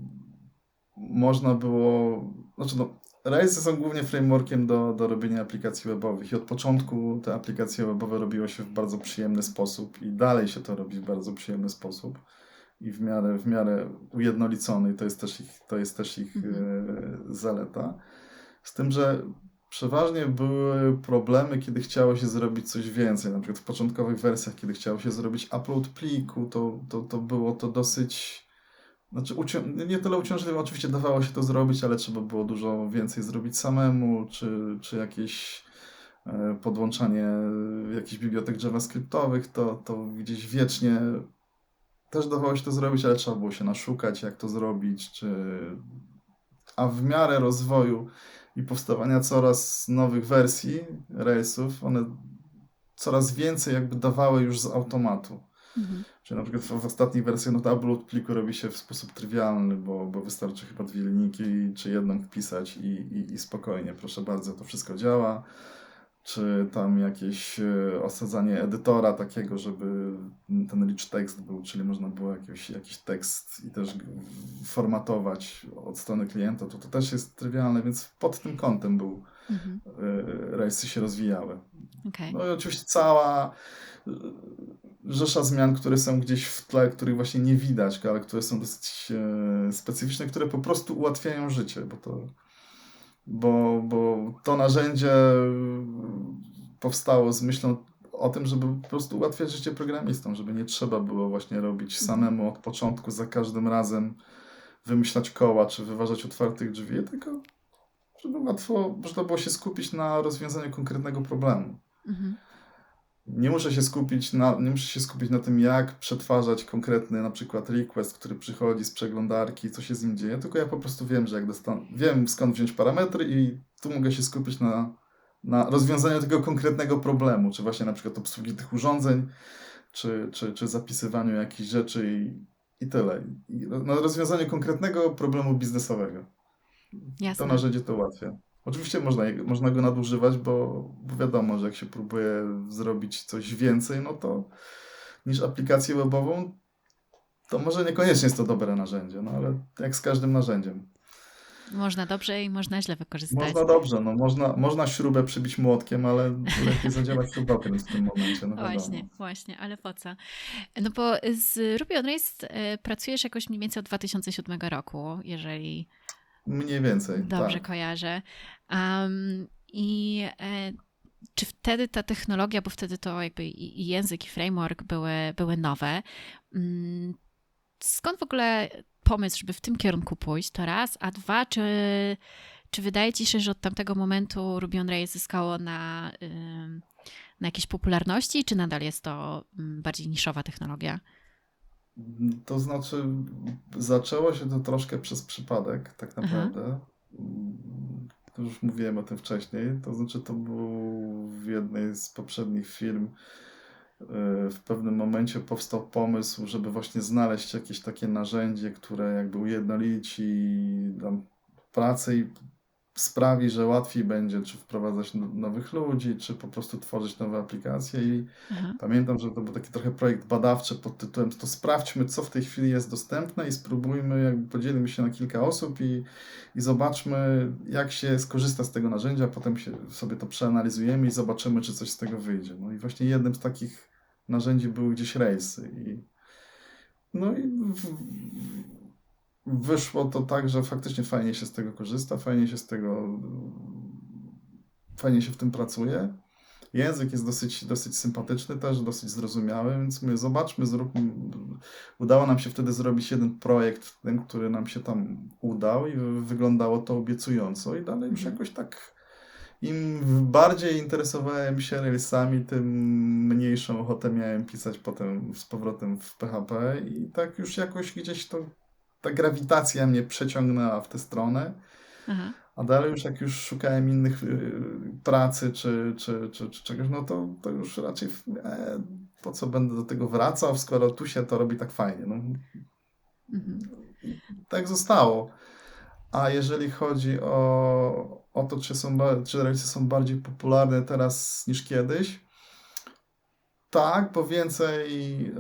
można było, znaczy no, Railsy są głównie frameworkiem do, do robienia aplikacji webowych i od początku te aplikacje webowe robiło się w bardzo przyjemny sposób i dalej się to robi w bardzo przyjemny sposób i w miarę, w miarę ujednolicony i to jest też ich, to jest też ich
Mhm.
e, zaleta. Z tym, że przeważnie były problemy, kiedy chciało się zrobić coś więcej. Na przykład w początkowych wersjach, kiedy chciało się zrobić upload pliku, to, to, to było to dosyć znaczy, ucią- nie tyle uciążliwe, oczywiście dawało się to zrobić, ale trzeba było dużo więcej zrobić samemu, czy, czy jakieś e, podłączanie jakichś bibliotek javascriptowych, to, to gdzieś wiecznie też dawało się to zrobić, ale trzeba było się naszukać, jak to zrobić, czy... A w miarę rozwoju i powstawania coraz nowych wersji Railsów, one coraz więcej jakby dawały już z automatu.
Mhm.
Czyli na przykład w, w ostatnich wersjach no to upload pliku robi się w sposób trywialny, bo, bo wystarczy chyba dwie linijki, czy jedną wpisać i, i, i spokojnie, proszę bardzo, to wszystko działa. Czy tam jakieś e, osadzanie edytora takiego, żeby ten rich text był, czyli można było jakiś, jakiś tekst i też g- formatować od strony klienta, to to też jest trywialne, więc pod tym kątem był,
Mhm.
e, Railsy się rozwijały.
Okej.
No i oczywiście cała y, rzesza zmian, które są gdzieś w tle, których właśnie nie widać, ale które są dosyć e, specyficzne, które po prostu ułatwiają życie, bo to, bo, bo to narzędzie powstało z myślą o tym, żeby po prostu ułatwiać życie programistom, żeby nie trzeba było właśnie robić
Mhm.
samemu od początku, za każdym razem wymyślać koła, czy wyważać otwartych drzwi, tylko żeby łatwo można było się skupić na rozwiązaniu konkretnego problemu.
Mhm.
Nie muszę się skupić na, nie muszę się skupić na tym, jak przetwarzać konkretny na przykład request, który przychodzi z przeglądarki, co się z nim dzieje, tylko ja po prostu wiem, że jak dostanę, wiem skąd wziąć parametry i tu mogę się skupić na, na rozwiązaniu tego konkretnego problemu, czy właśnie na przykład obsługi tych urządzeń, czy, czy, czy zapisywaniu jakichś rzeczy i, i tyle. I na rozwiązaniu konkretnego problemu biznesowego. To
Jasne.
narzędzie to ułatwia. Oczywiście można, je- można go nadużywać, bo, bo wiadomo, że jak się próbuje zrobić coś więcej, no to niż aplikację webową, to może niekoniecznie jest to dobre narzędzie, no ale jak z każdym narzędziem.
Można dobrze i można źle wykorzystać.
Można dobrze, no można, można śrubę przybić młotkiem, ale lepiej zadziałać śrubokręt w tym momencie, no
Właśnie,
wiadomo.
właśnie, ale po co? No bo z Ruby on Rails e, pracujesz jakoś mniej więcej od dwa tysiące siódmego roku, jeżeli
Mniej więcej,
dobrze
tak.
kojarzę. Um, I e, czy wtedy ta technologia, bo wtedy to jakby i i język, i framework były, były nowe. Mm, Skąd w ogóle pomysł, żeby w tym kierunku pójść, to raz, a dwa, czy, czy wydaje ci się, że od tamtego momentu Ruby on Rails zyskało na, ym, na jakiejś popularności, czy nadal jest to mm, bardziej niszowa technologia?
To znaczy, zaczęło się to troszkę przez przypadek, tak
Aha,
naprawdę. Mm, To już mówiłem o tym wcześniej. To znaczy, to był w jednej z poprzednich firm. yy, W pewnym momencie powstał pomysł, żeby właśnie znaleźć jakieś takie narzędzie, które jakby ujednolici tam pracę i sprawi, że łatwiej będzie czy wprowadzać no- nowych ludzi, czy po prostu tworzyć nowe aplikacje. I
aha,
pamiętam, że to był taki trochę projekt badawczy pod tytułem to sprawdźmy, co w tej chwili jest dostępne i spróbujmy, jakby podzielimy się na kilka osób i, i zobaczmy, jak się skorzysta z tego narzędzia, potem się, sobie to przeanalizujemy i zobaczymy, czy coś z tego wyjdzie. No i właśnie jednym z takich narzędzi były gdzieś Railsy. I, no i w, wyszło to tak, że faktycznie fajnie się z tego korzysta, fajnie się z tego, fajnie się w tym pracuje. Język jest dosyć, dosyć sympatyczny też, dosyć zrozumiały, więc mówię, zobaczmy, zróbmy. Udało nam się wtedy zrobić jeden projekt w tym, który nam się tam udał i wyglądało to obiecująco i dalej już
mhm,
jakoś tak im bardziej interesowałem się Railsami, tym mniejszą ochotę miałem pisać potem z powrotem w P H P i tak już jakoś gdzieś to ta grawitacja mnie przeciągnęła w tę stronę.
aha,
A dalej już jak już szukałem innych y, pracy czy, czy, czy, czy czegoś, no to, to już raczej e, po co będę do tego wracał, skoro tu się to robi tak fajnie. No,
mhm,
tak zostało. A jeżeli chodzi o, o to, czy, są, ba- czy Railsy są bardziej popularne teraz niż kiedyś, tak, bo więcej y,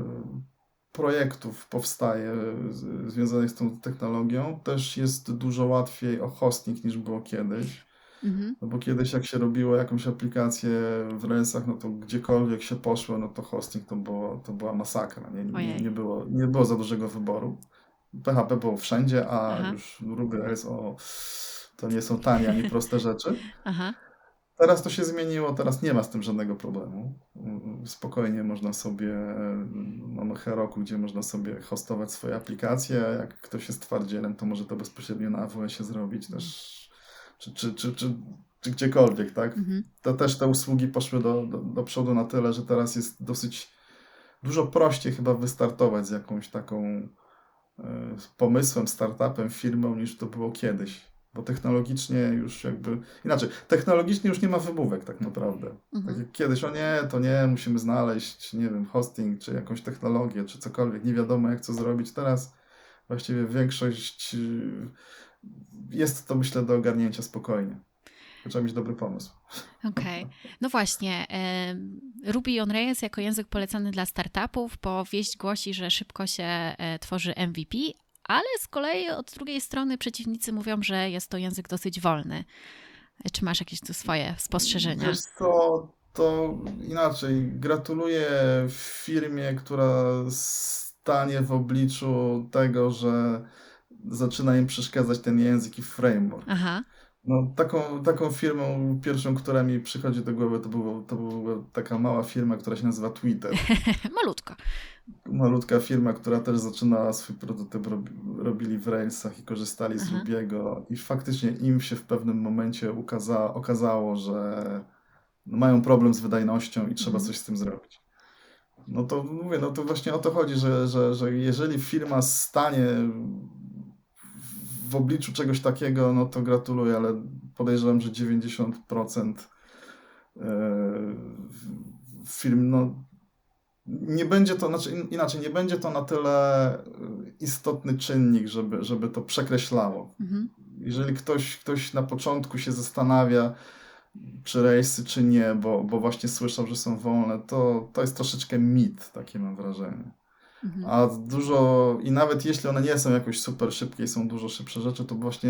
projektów powstaje z, związanych z tą technologią. Też jest dużo łatwiej o hosting niż było kiedyś.
mhm.
No bo kiedyś jak się robiło jakąś aplikację w Railsach, no to gdziekolwiek się poszło, no to hosting to, było, to była masakra. Nie, nie, nie,
Ojej,
było, nie było za dużego wyboru. P H P było wszędzie, a
aha,
już Ruby Rails, o, to nie są tanie ani proste rzeczy.
aha,
Teraz to się zmieniło, teraz nie ma z tym żadnego problemu. Mm, Spokojnie można sobie, mamy Heroku, gdzie można sobie hostować swoje aplikacje. Jak ktoś jest twardzielem, to może to bezpośrednio na A W S ie zrobić też, czy, czy, czy, czy, czy gdziekolwiek, tak?
mhm,
To też te usługi poszły do, do, do przodu na tyle, że teraz jest dosyć dużo prościej chyba wystartować z jakąś taką e, pomysłem, startupem, firmą, niż to było kiedyś. Bo technologicznie już jakby. Inaczej, technologicznie już nie ma wymówek tak naprawdę. Tak
mhm.
jak kiedyś, o nie, to nie, musimy znaleźć, nie wiem, hosting, czy jakąś technologię, czy cokolwiek, nie wiadomo jak co zrobić. Teraz właściwie większość y, jest to, myślę, do ogarnięcia spokojnie. Trzeba mieć dobry pomysł.
Okej. No właśnie, em, Ruby on Rails jako język polecany dla startupów, bo wieść głosi, że szybko się e, tworzy M V P, ale z kolei od drugiej strony przeciwnicy mówią, że jest to język dosyć wolny. Czy masz jakieś tu swoje spostrzeżenia?
Wiesz co, to inaczej. Gratuluję firmie, która stanie w obliczu tego, że zaczyna im przeszkadzać ten język i framework.
Aha,
No, taką, taką firmą pierwszą, która mi przychodzi do głowy, to, było, to była taka mała firma, która się nazywa Twitter.
Malutko.
Malutka firma, która też zaczynała swój prototyp, robi, robili w Railsach i korzystali z
Aha.
Rubiego i faktycznie im się w pewnym momencie ukaza, okazało, że mają problem z wydajnością i trzeba
Mhm.
coś z tym zrobić. No to mówię, no to właśnie o to chodzi, że, że, że jeżeli firma stanie w obliczu czegoś takiego, no to gratuluję, ale podejrzewam, że dziewięćdziesiąt procent e, firm, no nie będzie to, znaczy in- inaczej, nie będzie to na tyle e, istotny czynnik, żeby, żeby to przekreślało.
Mhm.
Jeżeli ktoś, ktoś na początku się zastanawia, czy rejsy, czy nie, bo, bo właśnie słyszał, że są wolne, to, to jest troszeczkę mit, takie mam wrażenie.
Mhm.
A dużo, i nawet jeśli one nie są jakoś super szybkie i są dużo szybsze rzeczy, to właśnie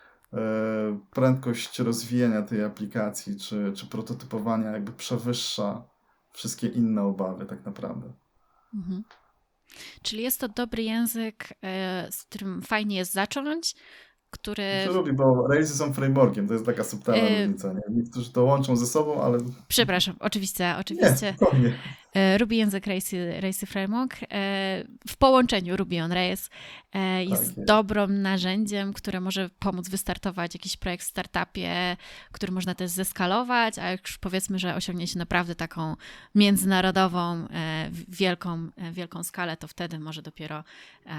e, prędkość rozwijania tej aplikacji, czy, czy prototypowania jakby przewyższa wszystkie inne obawy tak naprawdę.
Mhm. Czyli jest to dobry język, e, z którym fajnie jest zacząć, który...
Znaczy lubi, bo Railsy są frameworkiem, to jest taka subtelna
e,
różnica, nie? Niektórzy to łączą ze sobą, ale
Przepraszam, oczywiście,
nie,
oczywiście.
spokojnie.
E, Ruby język Racy, Racy Framework e, w połączeniu Ruby on Rails e,
Tak
jest
jest.
dobrym narzędziem, które może pomóc wystartować jakiś projekt w startupie, który można też zeskalować, a jak już powiedzmy, że osiągnie się naprawdę taką międzynarodową, e, wielką, e, wielką skalę, to wtedy może dopiero e,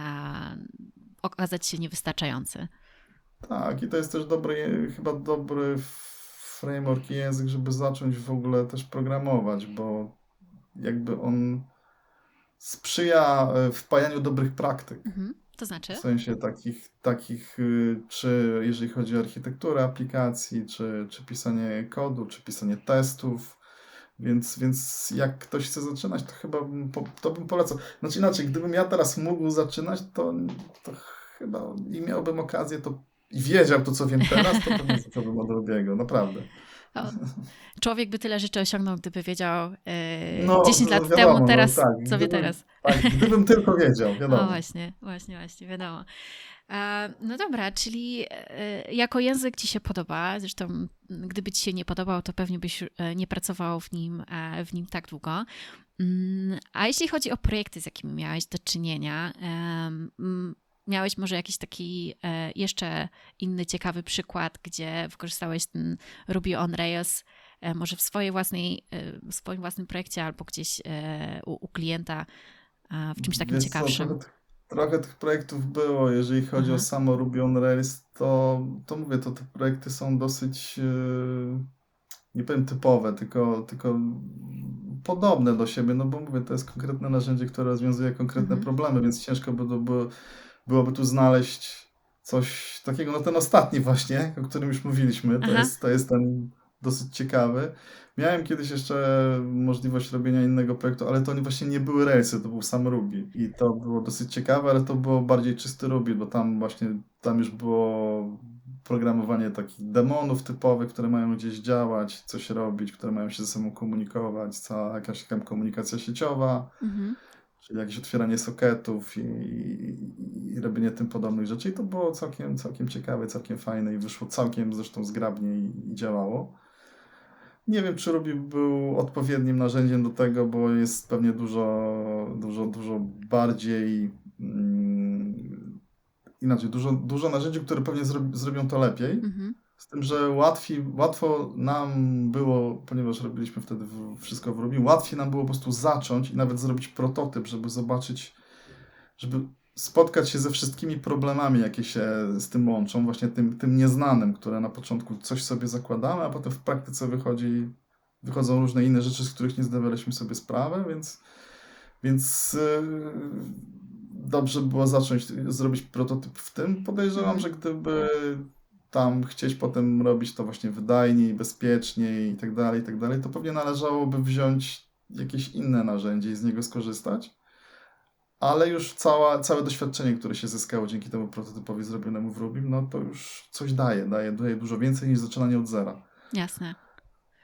okazać się niewystarczający.
Tak, i to jest też dobry, chyba dobry framework i język, żeby zacząć w ogóle też programować, bo jakby on sprzyja e, wpajaniu dobrych praktyk.
Mhm. To
W
znaczy?
sensie takich, takich y, czy jeżeli chodzi o architekturę aplikacji, czy, czy pisanie kodu, czy pisanie testów. Więc, więc jak ktoś chce zaczynać, to chyba bym, po, to bym polecał. Znaczy inaczej, gdybym ja teraz mógł zaczynać, to, to chyba i miałbym okazję to i wiedział to, co wiem teraz, to pewnie zacząłbym od Rubiego, naprawdę.
O, człowiek by tyle rzeczy osiągnął, gdyby wiedział e,
No,
dziesięć lat temu,
wiadomo, no
teraz
tak,
co wie
gdybym,
teraz.
tak, gdybym tylko wiedział,
O,
wiadomo.
właśnie, właśnie, właśnie, wiadomo. E, No dobra, czyli e, jako język ci się podoba, zresztą m, gdyby ci się nie podobał, to pewnie byś e, nie pracował w nim, e, w nim tak długo. Mm, A jeśli chodzi o projekty, z jakimi miałeś do czynienia, em, mm, miałeś może jakiś taki e, jeszcze inny ciekawy przykład, gdzie wykorzystałeś ten Ruby on Rails, e, może w swojej własnej, e, w swoim własnym projekcie albo gdzieś e, u, u klienta, e, w czymś takim
Wiesz co, trochę,
ciekawszym.
tych- trochę tych projektów było. Jeżeli chodzi o
Aha.
samo Ruby on Rails, to, to mówię, to te projekty są dosyć, e, nie powiem typowe, tylko, tylko podobne do siebie, no bo mówię, to jest konkretne narzędzie, które rozwiązuje konkretne
Mhm.
problemy, więc ciężko by to było, byłoby tu znaleźć coś takiego. No ten ostatni właśnie, o którym już mówiliśmy, to
Aha.
jest, to jest ten dosyć ciekawy. Miałem kiedyś jeszcze możliwość robienia innego projektu, ale to nie- właśnie nie były Railsy, to był sam Ruby. I to było dosyć ciekawe, ale to było bardziej czysty Ruby, bo tam właśnie, tam już było programowanie takich demonów typowych, które mają gdzieś działać, coś robić, które mają się ze sobą komunikować, cała jakaś tam komunikacja sieciowa,
Mhm.
czyli jakieś otwieranie soketów i, i, i robienie tym podobnych rzeczy. I to było całkiem, całkiem ciekawe, całkiem fajne i wyszło całkiem zresztą zgrabnie i, i działało. Nie wiem, czy Ruby był odpowiednim narzędziem do tego, bo jest pewnie dużo, dużo, dużo bardziej mm, inaczej, dużo, dużo narzędzi, które pewnie zrobi, zrobią to lepiej.
Mhm.
Z tym, że łatwiej, łatwo nam było, ponieważ robiliśmy wtedy w, wszystko w Ruby, łatwiej nam było po prostu zacząć i nawet zrobić prototyp, żeby zobaczyć, żeby spotkać się ze wszystkimi problemami, jakie się z tym łączą, właśnie tym, tym nieznanym, które na początku coś sobie zakładamy, a potem w praktyce wychodzi, wychodzą różne inne rzeczy, z których nie zdawaliśmy sobie sprawę, więc, więc yy, dobrze było zacząć zrobić prototyp w tym. Podejrzewam,
Mhm.
że gdyby tam chcieć potem robić to właśnie wydajniej, bezpieczniej i tak dalej, i tak dalej, to pewnie należałoby wziąć jakieś inne narzędzie i z niego skorzystać. Ale już cała, całe doświadczenie, które się zyskało dzięki temu prototypowi zrobionemu w Rubim, no to już coś daje, daje, daje dużo więcej niż zaczynanie od zera.
Jasne.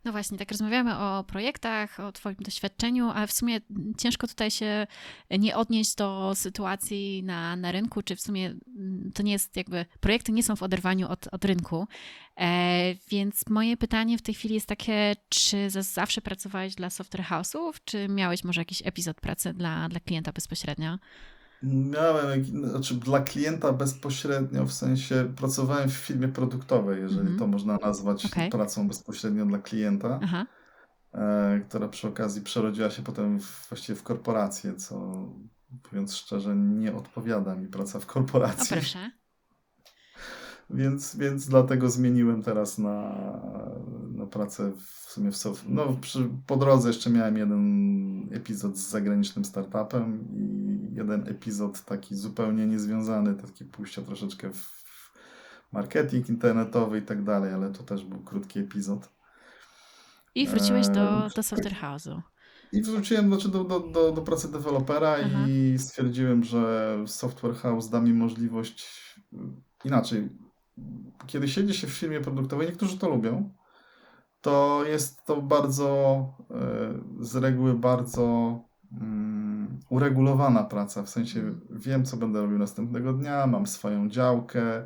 No właśnie, tak rozmawiamy o projektach, o twoim doświadczeniu, ale w sumie ciężko tutaj się nie odnieść do sytuacji na, na rynku, czy w sumie to nie jest jakby, projekty nie są w oderwaniu od, od rynku, e, więc moje pytanie w tej chwili jest takie, czy za, zawsze pracowałeś dla software house'ów, czy miałeś może jakiś epizod pracy dla, dla klienta bezpośrednio?
Miałem, znaczy dla klienta bezpośrednio, w sensie pracowałem w firmie produktowej, jeżeli
Mhm.
to można nazwać
Okej.
pracą bezpośrednio dla klienta,
Aha,
e, która przy okazji przerodziła się potem w, właściwie w korporację, co mówiąc szczerze nie odpowiada mi praca w
o
korporacji,
proszę.
więc, więc dlatego zmieniłem teraz na, na pracę w sumie w soft... No przy, po drodze jeszcze miałem jeden epizod z zagranicznym startupem i jeden epizod taki zupełnie niezwiązany, taki pójścia troszeczkę w marketing internetowy i tak dalej, ale to też był krótki epizod.
I wróciłeś
Eee,
do, do software house'u.
I wróciłem znaczy, do, do, do, do pracy dewelopera
Aha.
i stwierdziłem, że software house da mi możliwość inaczej. Kiedy siedzi się w firmie produktowej, niektórzy to lubią, to jest to bardzo, e, z reguły bardzo mm, uregulowana praca, w sensie
Mhm.
wiem, co będę robił następnego dnia, mam swoją działkę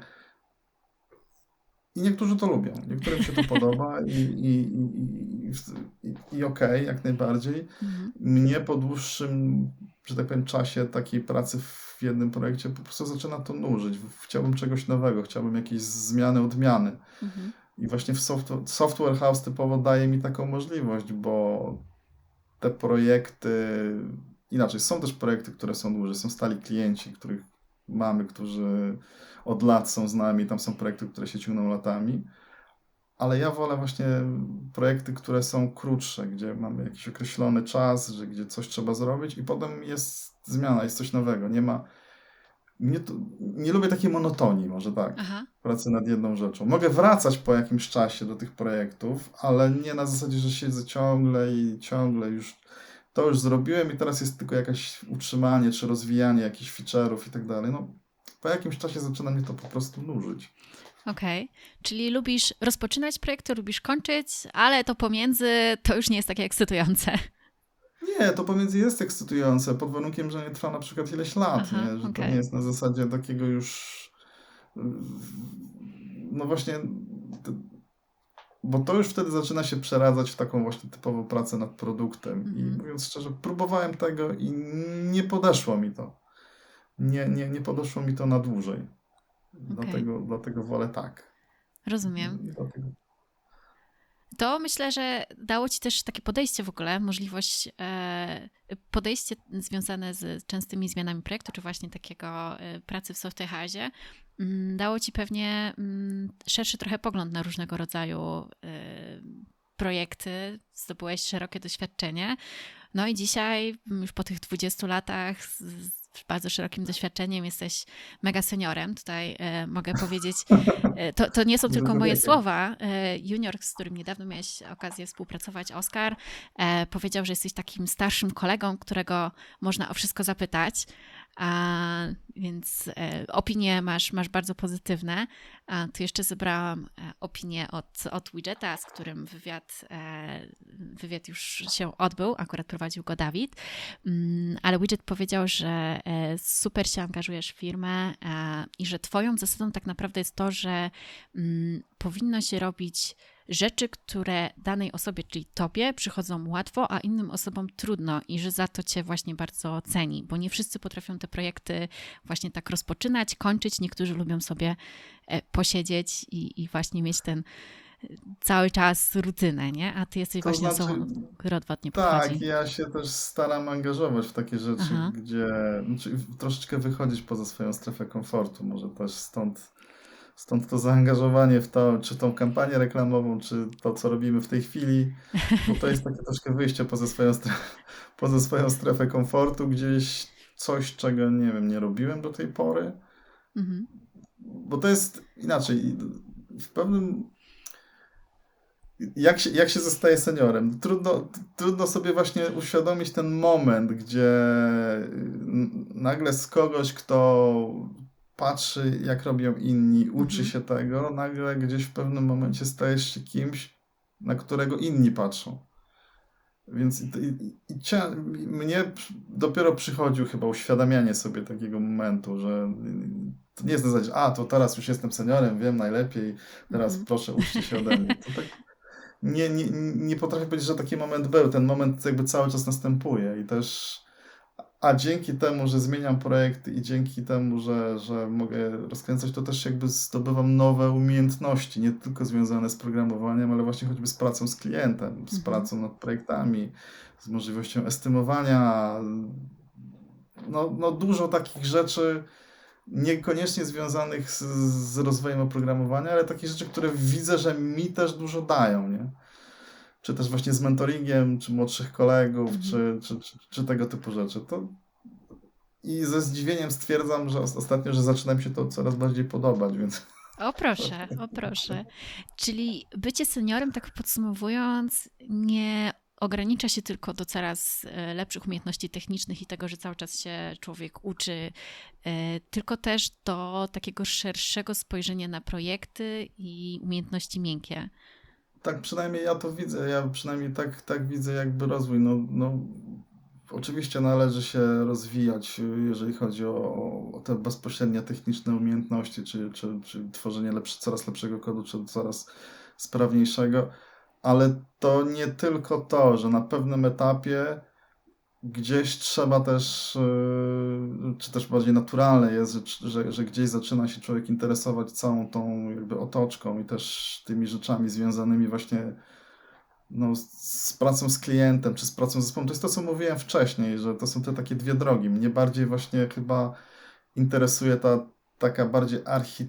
i niektórzy to lubią, niektórym się to podoba i, i, i, i, i, i okej, jak najbardziej.
Mhm.
Mnie po dłuższym, że tak powiem, czasie takiej pracy w jednym projekcie po prostu zaczyna to nużyć. Chciałbym czegoś nowego, chciałbym jakiejś zmiany, odmiany.
Mhm.
I właśnie w software, software house typowo daje mi taką możliwość, bo te projekty, inaczej, są też projekty, które są dłużej, są stali klienci, których mamy, którzy od lat są z nami, tam są projekty, które się ciągną latami, ale ja wolę właśnie projekty, które są krótsze, gdzie mamy jakiś określony czas, że gdzie coś trzeba zrobić i potem jest zmiana, jest coś nowego. Nie ma, mnie to, nie lubię takiej monotonii, może tak,
Aha.
pracy nad jedną rzeczą. Mogę wracać po jakimś czasie do tych projektów, ale nie na zasadzie, że siedzę ciągle i ciągle już to już zrobiłem i teraz jest tylko jakieś utrzymanie czy rozwijanie jakichś feature'ów i tak dalej. No, po jakimś czasie zaczyna mnie to po prostu nużyć.
Okej. Czyli lubisz rozpoczynać projekty, lubisz kończyć, ale to pomiędzy to już nie jest takie ekscytujące.
Nie, to pomiędzy jest ekscytujące, pod warunkiem, że nie trwa na przykład ileś lat,
Aha,
nie? Że to nie
okej.
jest na zasadzie takiego już, no właśnie, t- bo to już wtedy zaczyna się przeradzać w taką właśnie typową pracę nad produktem. I
Mhm.
mówiąc szczerze, próbowałem tego i nie podeszło mi to. Nie, nie, nie podeszło mi to na dłużej.
Okej.
Dlatego, dlatego wolę tak.
Rozumiem.
I dlatego...
To myślę, że dało ci też takie podejście w ogóle, możliwość, e, podejście związane z częstymi zmianami projektu, czy właśnie takiego e, pracy w software house'ie, mm, dało ci pewnie mm, szerszy trochę pogląd na różnego rodzaju e, projekty, zdobyłeś szerokie doświadczenie. No i dzisiaj, mm, już po tych dwudziestu latach, z, z bardzo szerokim doświadczeniem, jesteś mega seniorem. Tutaj e, mogę powiedzieć, e, to, to nie są tylko moje
Wiekiem.
słowa. E, junior, z którym niedawno miałeś okazję współpracować, Oskar, e, powiedział, że jesteś takim starszym kolegą, którego można o wszystko zapytać. A, więc e, opinie masz, masz bardzo pozytywne. A tu jeszcze zebrałam e, opinię od, od Widgeta, z którym wywiad, e, wywiad już się odbył, akurat prowadził go Dawid, mm, ale Widget powiedział, że e, super się angażujesz w firmę e, i że twoją zasadą tak naprawdę jest to, że mm, powinno się robić rzeczy, które danej osobie, czyli tobie, przychodzą łatwo, a innym osobom trudno i że za to cię właśnie bardzo ceni, bo nie wszyscy potrafią te projekty właśnie tak rozpoczynać, kończyć. Niektórzy lubią sobie e, posiedzieć i, i właśnie mieć ten e, cały czas rutynę, nie? A ty jesteś
To
właśnie
znaczy,
osobą, która odwrotnie
tak,
podchodzi.
ja się też staram angażować w takie rzeczy,
Aha.
gdzie znaczy, troszeczkę wychodzić poza swoją strefę komfortu. Może też stąd, stąd to zaangażowanie w to, czy tą kampanię reklamową, czy to, co robimy w tej chwili, bo to jest takie troszkę wyjście poza swoją strefę, poza swoją strefę komfortu, gdzieś coś, czego nie wiem, nie robiłem do tej pory.
Mhm.
Bo to jest inaczej. W pewnym. Jak się, jak się zostaje seniorem? Trudno, trudno sobie właśnie uświadomić ten moment, gdzie n- nagle z kogoś, kto patrzy, jak robią inni, uczy
Mhm.
się tego, nagle gdzieś w pewnym momencie stajesz się kimś, na którego inni patrzą. Więc i, i, i cia, mnie dopiero przychodził chyba uświadamianie sobie takiego momentu, że to nie jest na zasadzie, a to teraz już jestem seniorem, wiem najlepiej, teraz
Mhm.
proszę uczcie się ode mnie. To tak nie, nie, nie potrafię powiedzieć, że taki moment był. Ten moment jakby cały czas następuje i też a dzięki temu, że zmieniam projekty i dzięki temu, że, że mogę rozkręcać, to też jakby zdobywam nowe umiejętności, nie tylko związane z programowaniem, ale właśnie choćby z pracą z klientem, z
Mhm.
pracą nad projektami, z możliwością estymowania. No, no dużo takich rzeczy, niekoniecznie związanych z, z rozwojem oprogramowania, ale takich rzeczy, które widzę, że mi też dużo dają, nie? Czy też właśnie z mentoringiem, czy młodszych kolegów,
Mhm.
czy, czy, czy, czy tego typu rzeczy. To i ze zdziwieniem stwierdzam, że os- ostatnio, że zaczyna mi się to coraz bardziej podobać, więc
O proszę, o proszę. Czyli bycie seniorem, tak podsumowując, nie ogranicza się tylko do coraz e, lepszych umiejętności technicznych i tego, że cały czas się człowiek uczy, e, tylko też do takiego szerszego spojrzenia na projekty i umiejętności miękkie.
tak przynajmniej ja to widzę. Ja przynajmniej tak, tak widzę jakby rozwój. No, no, oczywiście należy się rozwijać, jeżeli chodzi o, o te bezpośrednie techniczne umiejętności, czy, czy, czy tworzenie lepszy, coraz lepszego kodu, czy coraz sprawniejszego, ale to nie tylko to, że na pewnym etapie gdzieś trzeba też, yy, czy też bardziej naturalne jest, że, że, że gdzieś zaczyna się człowiek interesować całą tą jakby otoczką i też tymi rzeczami związanymi właśnie no, z, z pracą z klientem, czy z pracą z zespołem. To jest to, co mówiłem wcześniej, że to są te takie dwie drogi. Mnie bardziej właśnie chyba interesuje ta taka bardziej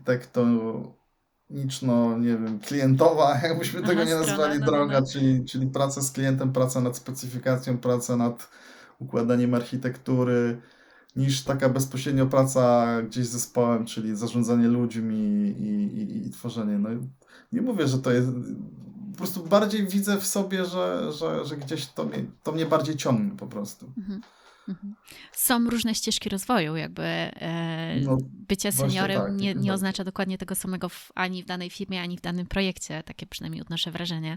architektoniczno, nie wiem, klientowa, jakbyśmy tego
Aha,
nie
strona,
nazwali,
no, no,
droga,
no.
czyli, czyli praca z klientem, praca nad specyfikacją, praca nad układaniem architektury, niż taka bezpośrednio praca gdzieś z zespołem, czyli zarządzanie ludźmi i, i, i tworzenie. No, nie mówię, że to jest. Po prostu bardziej widzę w sobie, że, że, że gdzieś to mnie, to mnie bardziej ciągnie po prostu.
Mhm, mhm. Są różne ścieżki rozwoju, jakby e,
No
bycie
właśnie
seniorem
tak, jak
nie, nie
najbardziej.
oznacza dokładnie tego samego w, ani w danej firmie, ani w danym projekcie. Takie przynajmniej odnoszę wrażenie.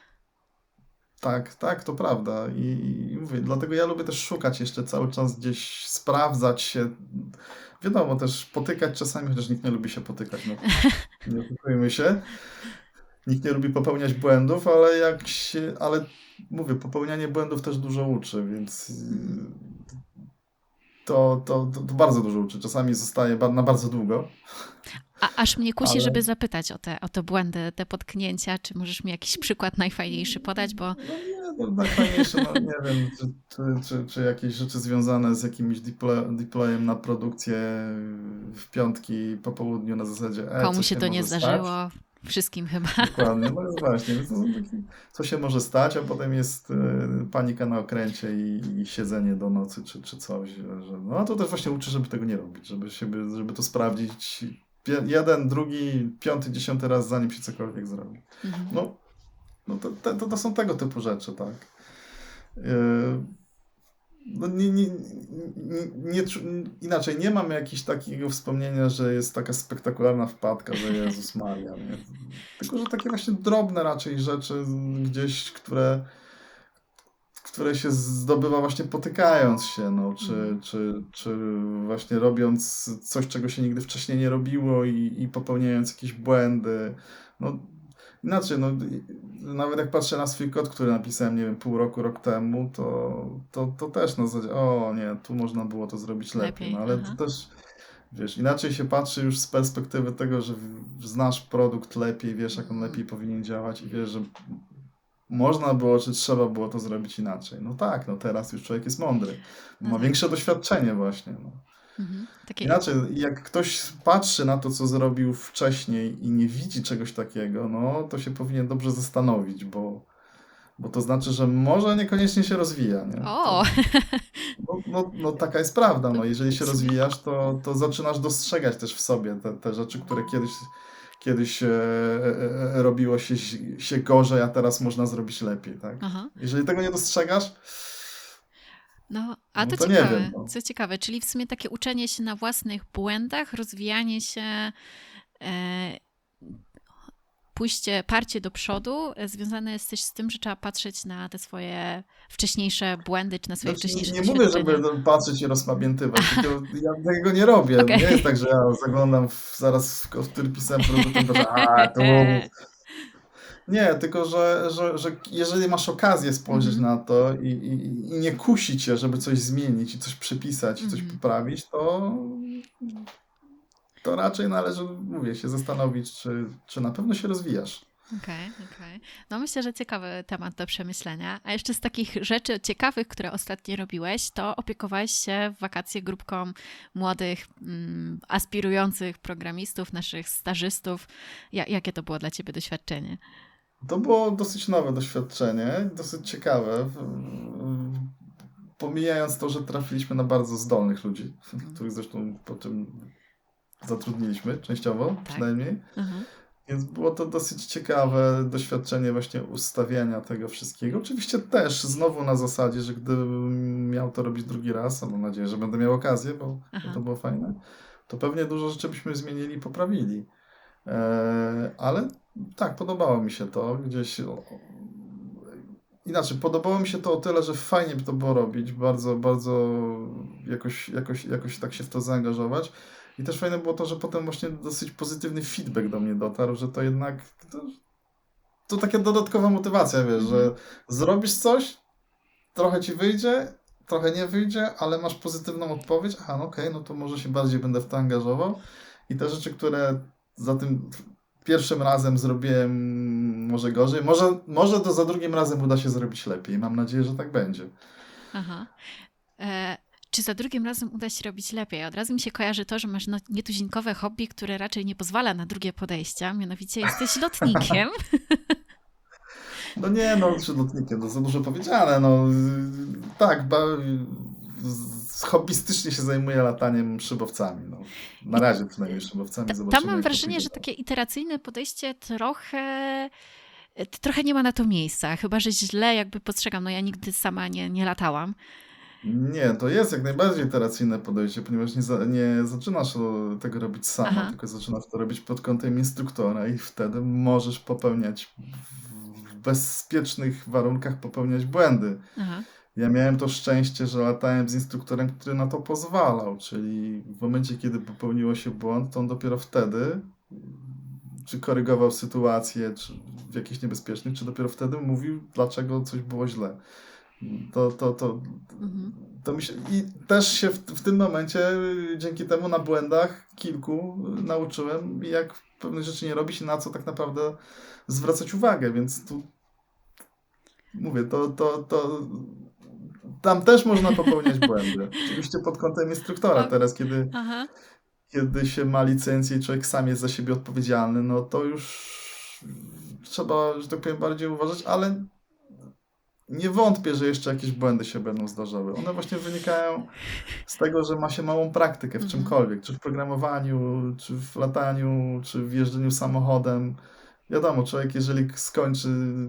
Tak, tak, to prawda. I, I mówię, dlatego ja lubię też szukać jeszcze cały czas gdzieś, sprawdzać się. Wiadomo, też potykać czasami, chociaż nikt nie lubi się potykać, no nie oszukujmy się. Nikt nie lubi popełniać błędów, ale jak się, ale mówię, popełnianie błędów też dużo uczy, więc yy,
Mhm.
to, to, to, to bardzo dużo uczy. Czasami zostaje ba- na bardzo długo,
A aż mnie kusi,
ale
żeby zapytać o te, o te błędy, te potknięcia. Czy możesz mi jakiś przykład najfajniejszy podać? Bo
no nie, no najfajniejsze, no nie wiem, czy, czy, czy, czy jakieś rzeczy związane z jakimś deploy, deployem na produkcję w piątki po południu na zasadzie, e,
komu
co
się
się
to nie
może stać?
zdarzyło? Wszystkim chyba.
Dokładnie, no jest właśnie, więc to są takie, co się może stać, a potem jest e, panika na okręcie i, i siedzenie do nocy czy, czy coś, że, no a to też właśnie uczy, żeby tego nie robić, żeby, się, żeby to sprawdzić pie- jeden, drugi, piąty, dziesiąty raz, zanim się cokolwiek zrobi.
Mhm.
No, no to, to, to są tego typu rzeczy, tak. E, no nie, nie, nie, nie, czu- inaczej, nie mam jakiegoś takiego wspomnienia, że jest taka spektakularna wpadka, że Jezus Maria, nie? Tylko, że takie właśnie drobne raczej rzeczy gdzieś, które, które się zdobywa właśnie potykając się, no, czy,
Mhm.
czy, czy właśnie robiąc coś, czego się nigdy wcześniej nie robiło i, i popełniając jakieś błędy. No, inaczej, no, i- nawet jak patrzę na swój kod, który napisałem, nie wiem, pół roku, rok temu, to, to, to też na zasadzie, o nie, tu można było to zrobić lepiej, no
Lepiej.
ale to
Aha.
też, wiesz, inaczej się patrzy już z perspektywy tego, że w- znasz produkt lepiej, wiesz, jak on
Mhm.
lepiej powinien działać i wiesz, że można było, czy trzeba było to zrobić inaczej. No tak, no teraz już człowiek jest mądry,
No
ma
tak.
większe doświadczenie właśnie, no.
Mhm. Takie,
Inaczej, jak ktoś patrzy na to, co zrobił wcześniej i nie widzi czegoś takiego, no to się powinien dobrze zastanowić, bo, bo to znaczy, że może niekoniecznie się rozwija, nie? To,
o!
no, no, no taka jest prawda,
To
no jeżeli się
w sumie
rozwijasz, to, to zaczynasz dostrzegać też w sobie te, te rzeczy, które kiedyś, kiedyś e, e, e, robiło się, się gorzej, a teraz można zrobić lepiej, tak?
aha.
Jeżeli tego nie dostrzegasz,
No, a
no
to
to nie wiem,
ciekawe,
no.
co ciekawe, czyli w sumie takie uczenie się na własnych błędach, rozwijanie się, e, pójście, parcie do przodu e, związane jest też z tym, że trzeba patrzeć na te swoje wcześniejsze błędy, czy na swoje
Znaczy, nie,
wcześniejsze
nie mówię, żeby
doświadczenia.
no, patrzeć i rozpamiętywać, tylko ja tego nie robię.
Okej.
Nie jest tak, że ja zaglądam w, zaraz, w, w który pisałem produktem, to że a, tu. Nie, tylko że, że, że jeżeli masz okazję spojrzeć
Mhm.
na to i, i, i nie kusi cię, żeby coś zmienić i coś przypisać i coś
Mhm.
poprawić, to, to raczej należy, mówię, się zastanowić, czy, czy na pewno się rozwijasz.
Okej, okej. No myślę, że ciekawy temat do przemyślenia. A jeszcze z takich rzeczy ciekawych, które ostatnio robiłeś, to opiekowałeś się w wakacje grupką młodych, mm, aspirujących programistów, naszych stażystów. Ja, jakie to było dla ciebie doświadczenie?
To było dosyć nowe doświadczenie, dosyć ciekawe. w- w- Pomijając to, że trafiliśmy na bardzo zdolnych ludzi, których zresztą potem zatrudniliśmy, częściowo
Tak.
przynajmniej.
Mhm.
Więc było to dosyć ciekawe doświadczenie właśnie ustawiania tego wszystkiego. Oczywiście też znowu na zasadzie, że gdybym miał to robić drugi raz, a mam nadzieję, że będę miał okazję, bo, bo
Aha.
to było fajne, to pewnie dużo rzeczy byśmy zmienili i poprawili. E, ale tak, podobało mi się to gdzieś. o- Inaczej, podobało mi się to o tyle, że fajnie by to było robić, bardzo, bardzo jakoś, jakoś, jakoś tak się w to zaangażować. I też fajne było to, że potem właśnie dosyć pozytywny feedback do mnie dotarł, że to jednak to, to taka dodatkowa motywacja, wiesz,
Mhm.
że zrobisz coś, trochę ci wyjdzie, trochę nie wyjdzie, ale masz pozytywną odpowiedź, aha, no okej, no to może się bardziej będę w to angażował. I te rzeczy, które za tym pierwszym razem zrobiłem może gorzej, może, może to za drugim razem uda się zrobić lepiej. Mam nadzieję, że tak będzie.
Aha. E, czy za drugim razem uda się robić lepiej? Od razu mi się kojarzy to, że masz no, nietuzinkowe hobby, które raczej nie pozwala na drugie podejścia, mianowicie jesteś lotnikiem.
No nie, no, czy lotnikiem, to za dużo powiedziane, no. Tak, ba, z- hobbystycznie się zajmuję lataniem szybowcami, no. Na razie przynajmniej szybowcami,
Ta-
zobaczymy
Tam mam
jak to
wrażenie,
pójdzie.
że takie iteracyjne podejście trochę, trochę nie ma na to miejsca, chyba że źle jakby postrzegam. No ja nigdy sama nie, nie latałam.
Nie, to jest jak najbardziej iteracyjne podejście, ponieważ nie, za, nie zaczynasz o- tego robić sama,
Aha.
tylko zaczynasz to robić pod kątem instruktora i wtedy możesz popełniać w w bezpiecznych warunkach popełniać błędy.
Aha.
Ja miałem to szczęście, że latałem z instruktorem, który na to pozwalał, czyli w momencie, kiedy popełniło się błąd, to on dopiero wtedy czy korygował sytuację, czy w jakichś niebezpiecznych, czy dopiero wtedy mówił, dlaczego coś było źle. To, to, to,
Mhm.
to mi się, I też się w, w tym momencie y, dzięki temu na błędach kilku y, nauczyłem, jak pewnych rzeczy nie robić i na co tak naprawdę zwracać uwagę, więc tu mówię, to, to, to tam też można popełniać błędy. Oczywiście pod kątem instruktora.
O,
Teraz, kiedy,
aha.
kiedy się ma licencję i człowiek sam jest za siebie odpowiedzialny, no to już trzeba, że tak powiem, bardziej uważać, ale nie wątpię, że jeszcze jakieś błędy się będą zdarzały. One właśnie wynikają z tego, że ma się małą praktykę w
Mhm.
czymkolwiek, czy w programowaniu, czy w lataniu, czy w jeżdżeniu samochodem. Wiadomo, człowiek jeżeli skończy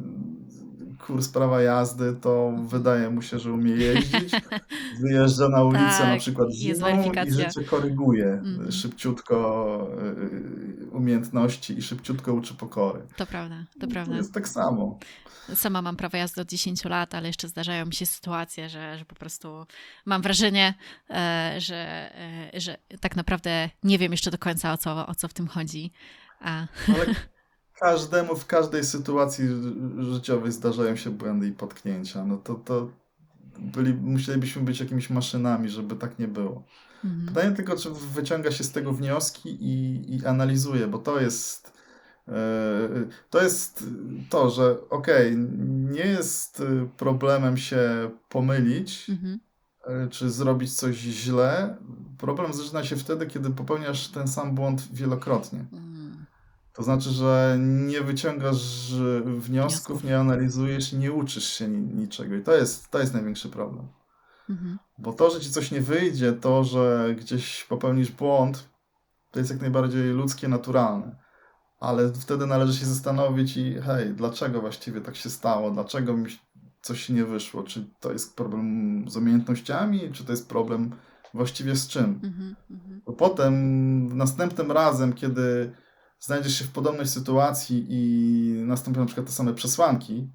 kurs prawa jazdy, to wydaje mu się, że umie jeździć, wyjeżdża na ulicę na
Tak,
przykład
jest
zimą i
weryfikacja.
życie koryguje
Mhm.
szybciutko y, umiejętności i szybciutko uczy pokory.
To prawda, to
To
prawda.
jest tak samo.
Sama mam prawo jazdy od dziesięciu lat, ale jeszcze zdarzają mi się sytuacje, że, że po prostu mam wrażenie, e, że, e, że tak naprawdę nie wiem jeszcze do końca, o co, o co w tym chodzi. A,
Ale każdemu w każdej sytuacji ży- życiowej zdarzają się błędy i potknięcia. No to, to byli, musielibyśmy być jakimiś maszynami, żeby tak nie było.
mhm.
Pytanie tylko, czy wyciąga się z tego wnioski i, i analizuje, bo to jest e, to jest to, że okej, nie jest y, problemem się pomylić,
Mhm.
e, czy zrobić coś źle. Problem zaczyna się wtedy, kiedy popełniasz ten sam błąd wielokrotnie.
Mm,
To znaczy, że nie wyciągasz y, wniosków,
Wniosków.
nie analizujesz, nie uczysz się ni- niczego. I to jest, to jest największy problem.
Mhm.
Bo to, że ci coś nie wyjdzie, to, że gdzieś popełnisz błąd, to jest jak najbardziej ludzkie, naturalne. Ale wtedy należy się zastanowić i hej, dlaczego właściwie tak się stało? Dlaczego mi coś nie wyszło? Czy to jest problem z umiejętnościami, czy to jest problem właściwie z czym?
Mhm. Mhm.
Bo potem następnym razem, kiedy znajdziesz się w podobnej sytuacji i nastąpią na przykład te same przesłanki,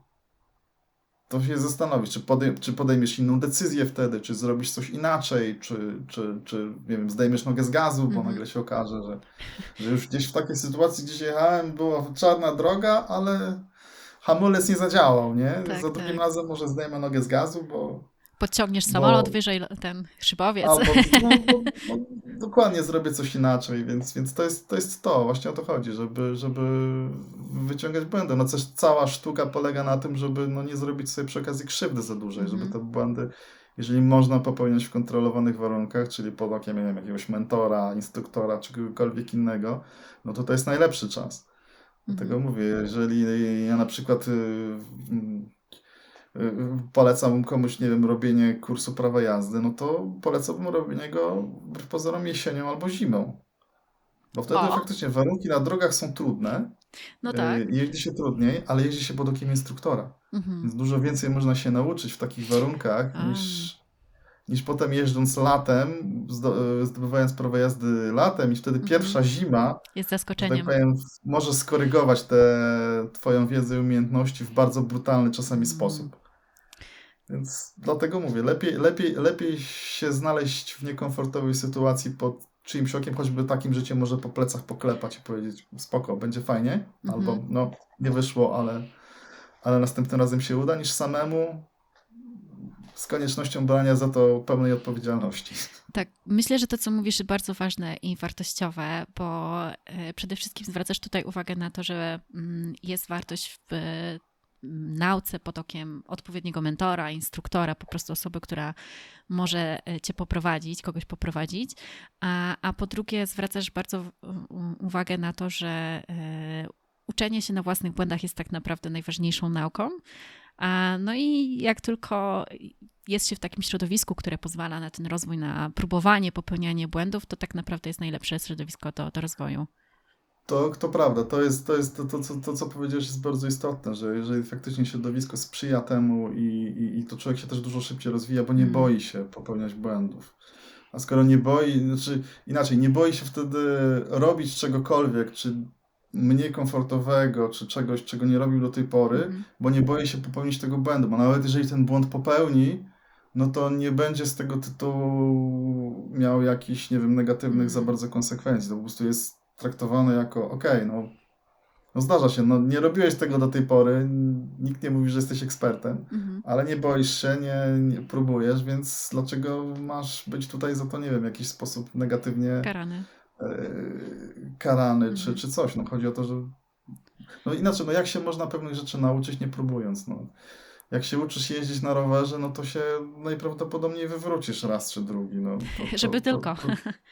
to się zastanowić, czy, podej- czy podejmiesz inną decyzję wtedy, czy zrobisz coś inaczej, czy, czy, czy nie wiem, zdejmiesz nogę z gazu, bo
Mhm.
nagle się okaże, że, że już gdzieś w takiej sytuacji, gdzieś jechałem, była czarna droga, ale hamulec nie zadziałał, nie?
Tak,
Za drugim
tak.
razem może zdejmę nogę z gazu, bo,
Podciągniesz samolot
bo
wyżej, ten szybowiec.
albo no, no, no, dokładnie zrobię coś inaczej, więc, więc to jest, to jest to, właśnie o to chodzi, żeby, żeby wyciągać błędy. No coś, cała sztuka polega na tym, żeby no, nie zrobić sobie przy okazji krzywdy za dużej, żeby
Mhm.
te błędy, jeżeli można popełniać w kontrolowanych warunkach, czyli pod okiem, nie wiem, jakiegoś mentora, instruktora czy kogokolwiek innego, no to to jest najlepszy czas. Dlatego
Mhm.
mówię, jeżeli ja na przykład y, mm, y, polecam komuś, nie wiem, robienie kursu prawa jazdy, no to polecam mu robienie go wbrew pozorom jesienią albo zimą. Bo wtedy
O,
faktycznie warunki na drogach są trudne,
no tak.
y, jeździ się trudniej, ale jeździ się pod okiem instruktora.
Mhm.
Więc dużo więcej można się nauczyć w takich warunkach
A,
niż, niż potem jeżdżąc latem, zdo- y, zdobywając prawo jazdy latem i wtedy
mhm.
pierwsza zima,
Jest
że tak
zaskoczeniem.
powiem, może skorygować tę twoją wiedzę i umiejętności w bardzo brutalny czasami
Mm.
sposób. Więc dlatego mówię, lepiej, lepiej, lepiej się znaleźć w niekomfortowej sytuacji pod czyimś okiem, choćby takim, że cię może po plecach poklepać i powiedzieć spoko, będzie fajnie, albo
Mhm.
no nie wyszło, ale, ale następnym razem się uda, niż samemu z koniecznością brania za to pełnej odpowiedzialności.
Tak, myślę, że to, co mówisz, jest bardzo ważne i wartościowe, bo e, przede wszystkim zwracasz tutaj uwagę na to, że mm, jest wartość w e, nauce pod okiem odpowiedniego mentora, instruktora, po prostu osoby, która może e, cię poprowadzić, kogoś poprowadzić, a, a po drugie zwracasz bardzo w- u- uwagę na to, że e, uczenie się na własnych błędach jest tak naprawdę najważniejszą nauką. A, no i jak tylko jest się w takim środowisku, które pozwala na ten rozwój, na próbowanie, popełnianie błędów, to tak naprawdę jest najlepsze środowisko do, do rozwoju.
To, to prawda, to jest to, jest to, to, co, to, co powiedziałeś, jest bardzo istotne, że jeżeli faktycznie środowisko sprzyja temu i, i, i to człowiek się też dużo szybciej rozwija, bo nie
Mm.
boi się popełniać błędów. A skoro nie boi, znaczy inaczej, nie boi się wtedy robić czegokolwiek, czy mniej komfortowego, czy czegoś, czego nie robił do tej pory,
Mhm.
bo nie boi się popełnić tego błędu, bo nawet jeżeli ten błąd popełni, no to nie będzie z tego tytułu miał jakichś, nie wiem, negatywnych za
Mm.
bardzo konsekwencji. To po prostu jest traktowane jako okej, no, no zdarza się, no nie robiłeś tego do tej pory, nikt nie mówi, że jesteś ekspertem,
Mhm.
ale nie boisz się, nie, nie próbujesz, więc dlaczego masz być tutaj za to, nie wiem, w jakiś sposób negatywnie
Karany.
e, karany czy,
Mhm.
czy coś. No chodzi o to, że no inaczej, no jak się można pewnych rzeczy nauczyć, nie próbując, no. Jak się uczysz jeździć na rowerze, no to się najprawdopodobniej wywrócisz raz czy drugi, no. To, to,
Żeby
to,
tylko.
to,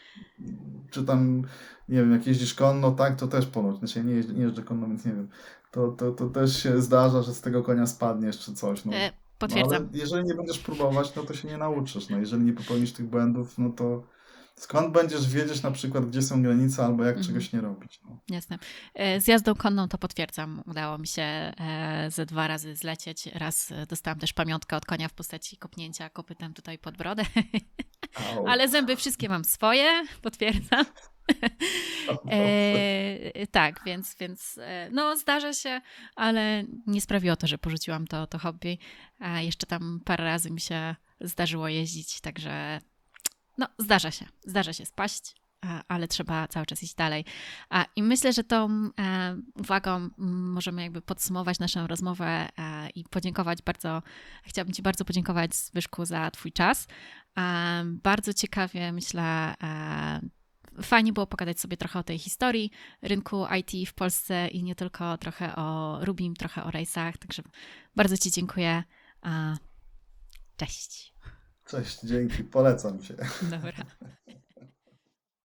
czy tam, nie wiem, jak jeździsz konno, tak, to też ponoć. Znaczy ja nie, jeżdżę, nie jeżdżę konno, więc nie wiem. To, to, to też się zdarza, że z tego konia spadniesz czy coś, no.
E,
No ale
Potwierdzam.
jeżeli nie będziesz próbować, no to się nie nauczysz. No jeżeli nie popełnisz tych błędów, no to skąd będziesz wiedzieć na przykład, gdzie są granice albo jak
Mhm.
czegoś nie robić. No.
Jasne. E, Z jazdą konną to potwierdzam. Udało mi się e, ze dwa razy zlecieć. Raz e, dostałam też pamiątkę od konia w postaci kopnięcia kopytem tutaj pod brodę.
Au.
Ale zęby wszystkie mam swoje, potwierdzam. E, tak, więc, więc e, no zdarza się, ale nie sprawiło to, że porzuciłam to, to hobby. A jeszcze tam parę razy mi się zdarzyło jeździć, także no zdarza się, zdarza się spaść, a, ale trzeba cały czas iść dalej. A, I myślę, że tą e, uwagą m, możemy jakby podsumować naszą rozmowę e, i podziękować bardzo, chciałabym Ci bardzo podziękować, Zbyszku, za Twój czas. E, bardzo ciekawie, myślę, e, fajnie było pogadać sobie trochę o tej historii rynku I T w Polsce i nie tylko, trochę o Rubim, trochę o rejsach, także bardzo Ci dziękuję. E, cześć.
Cześć, dzięki, polecam cię.
Dobra.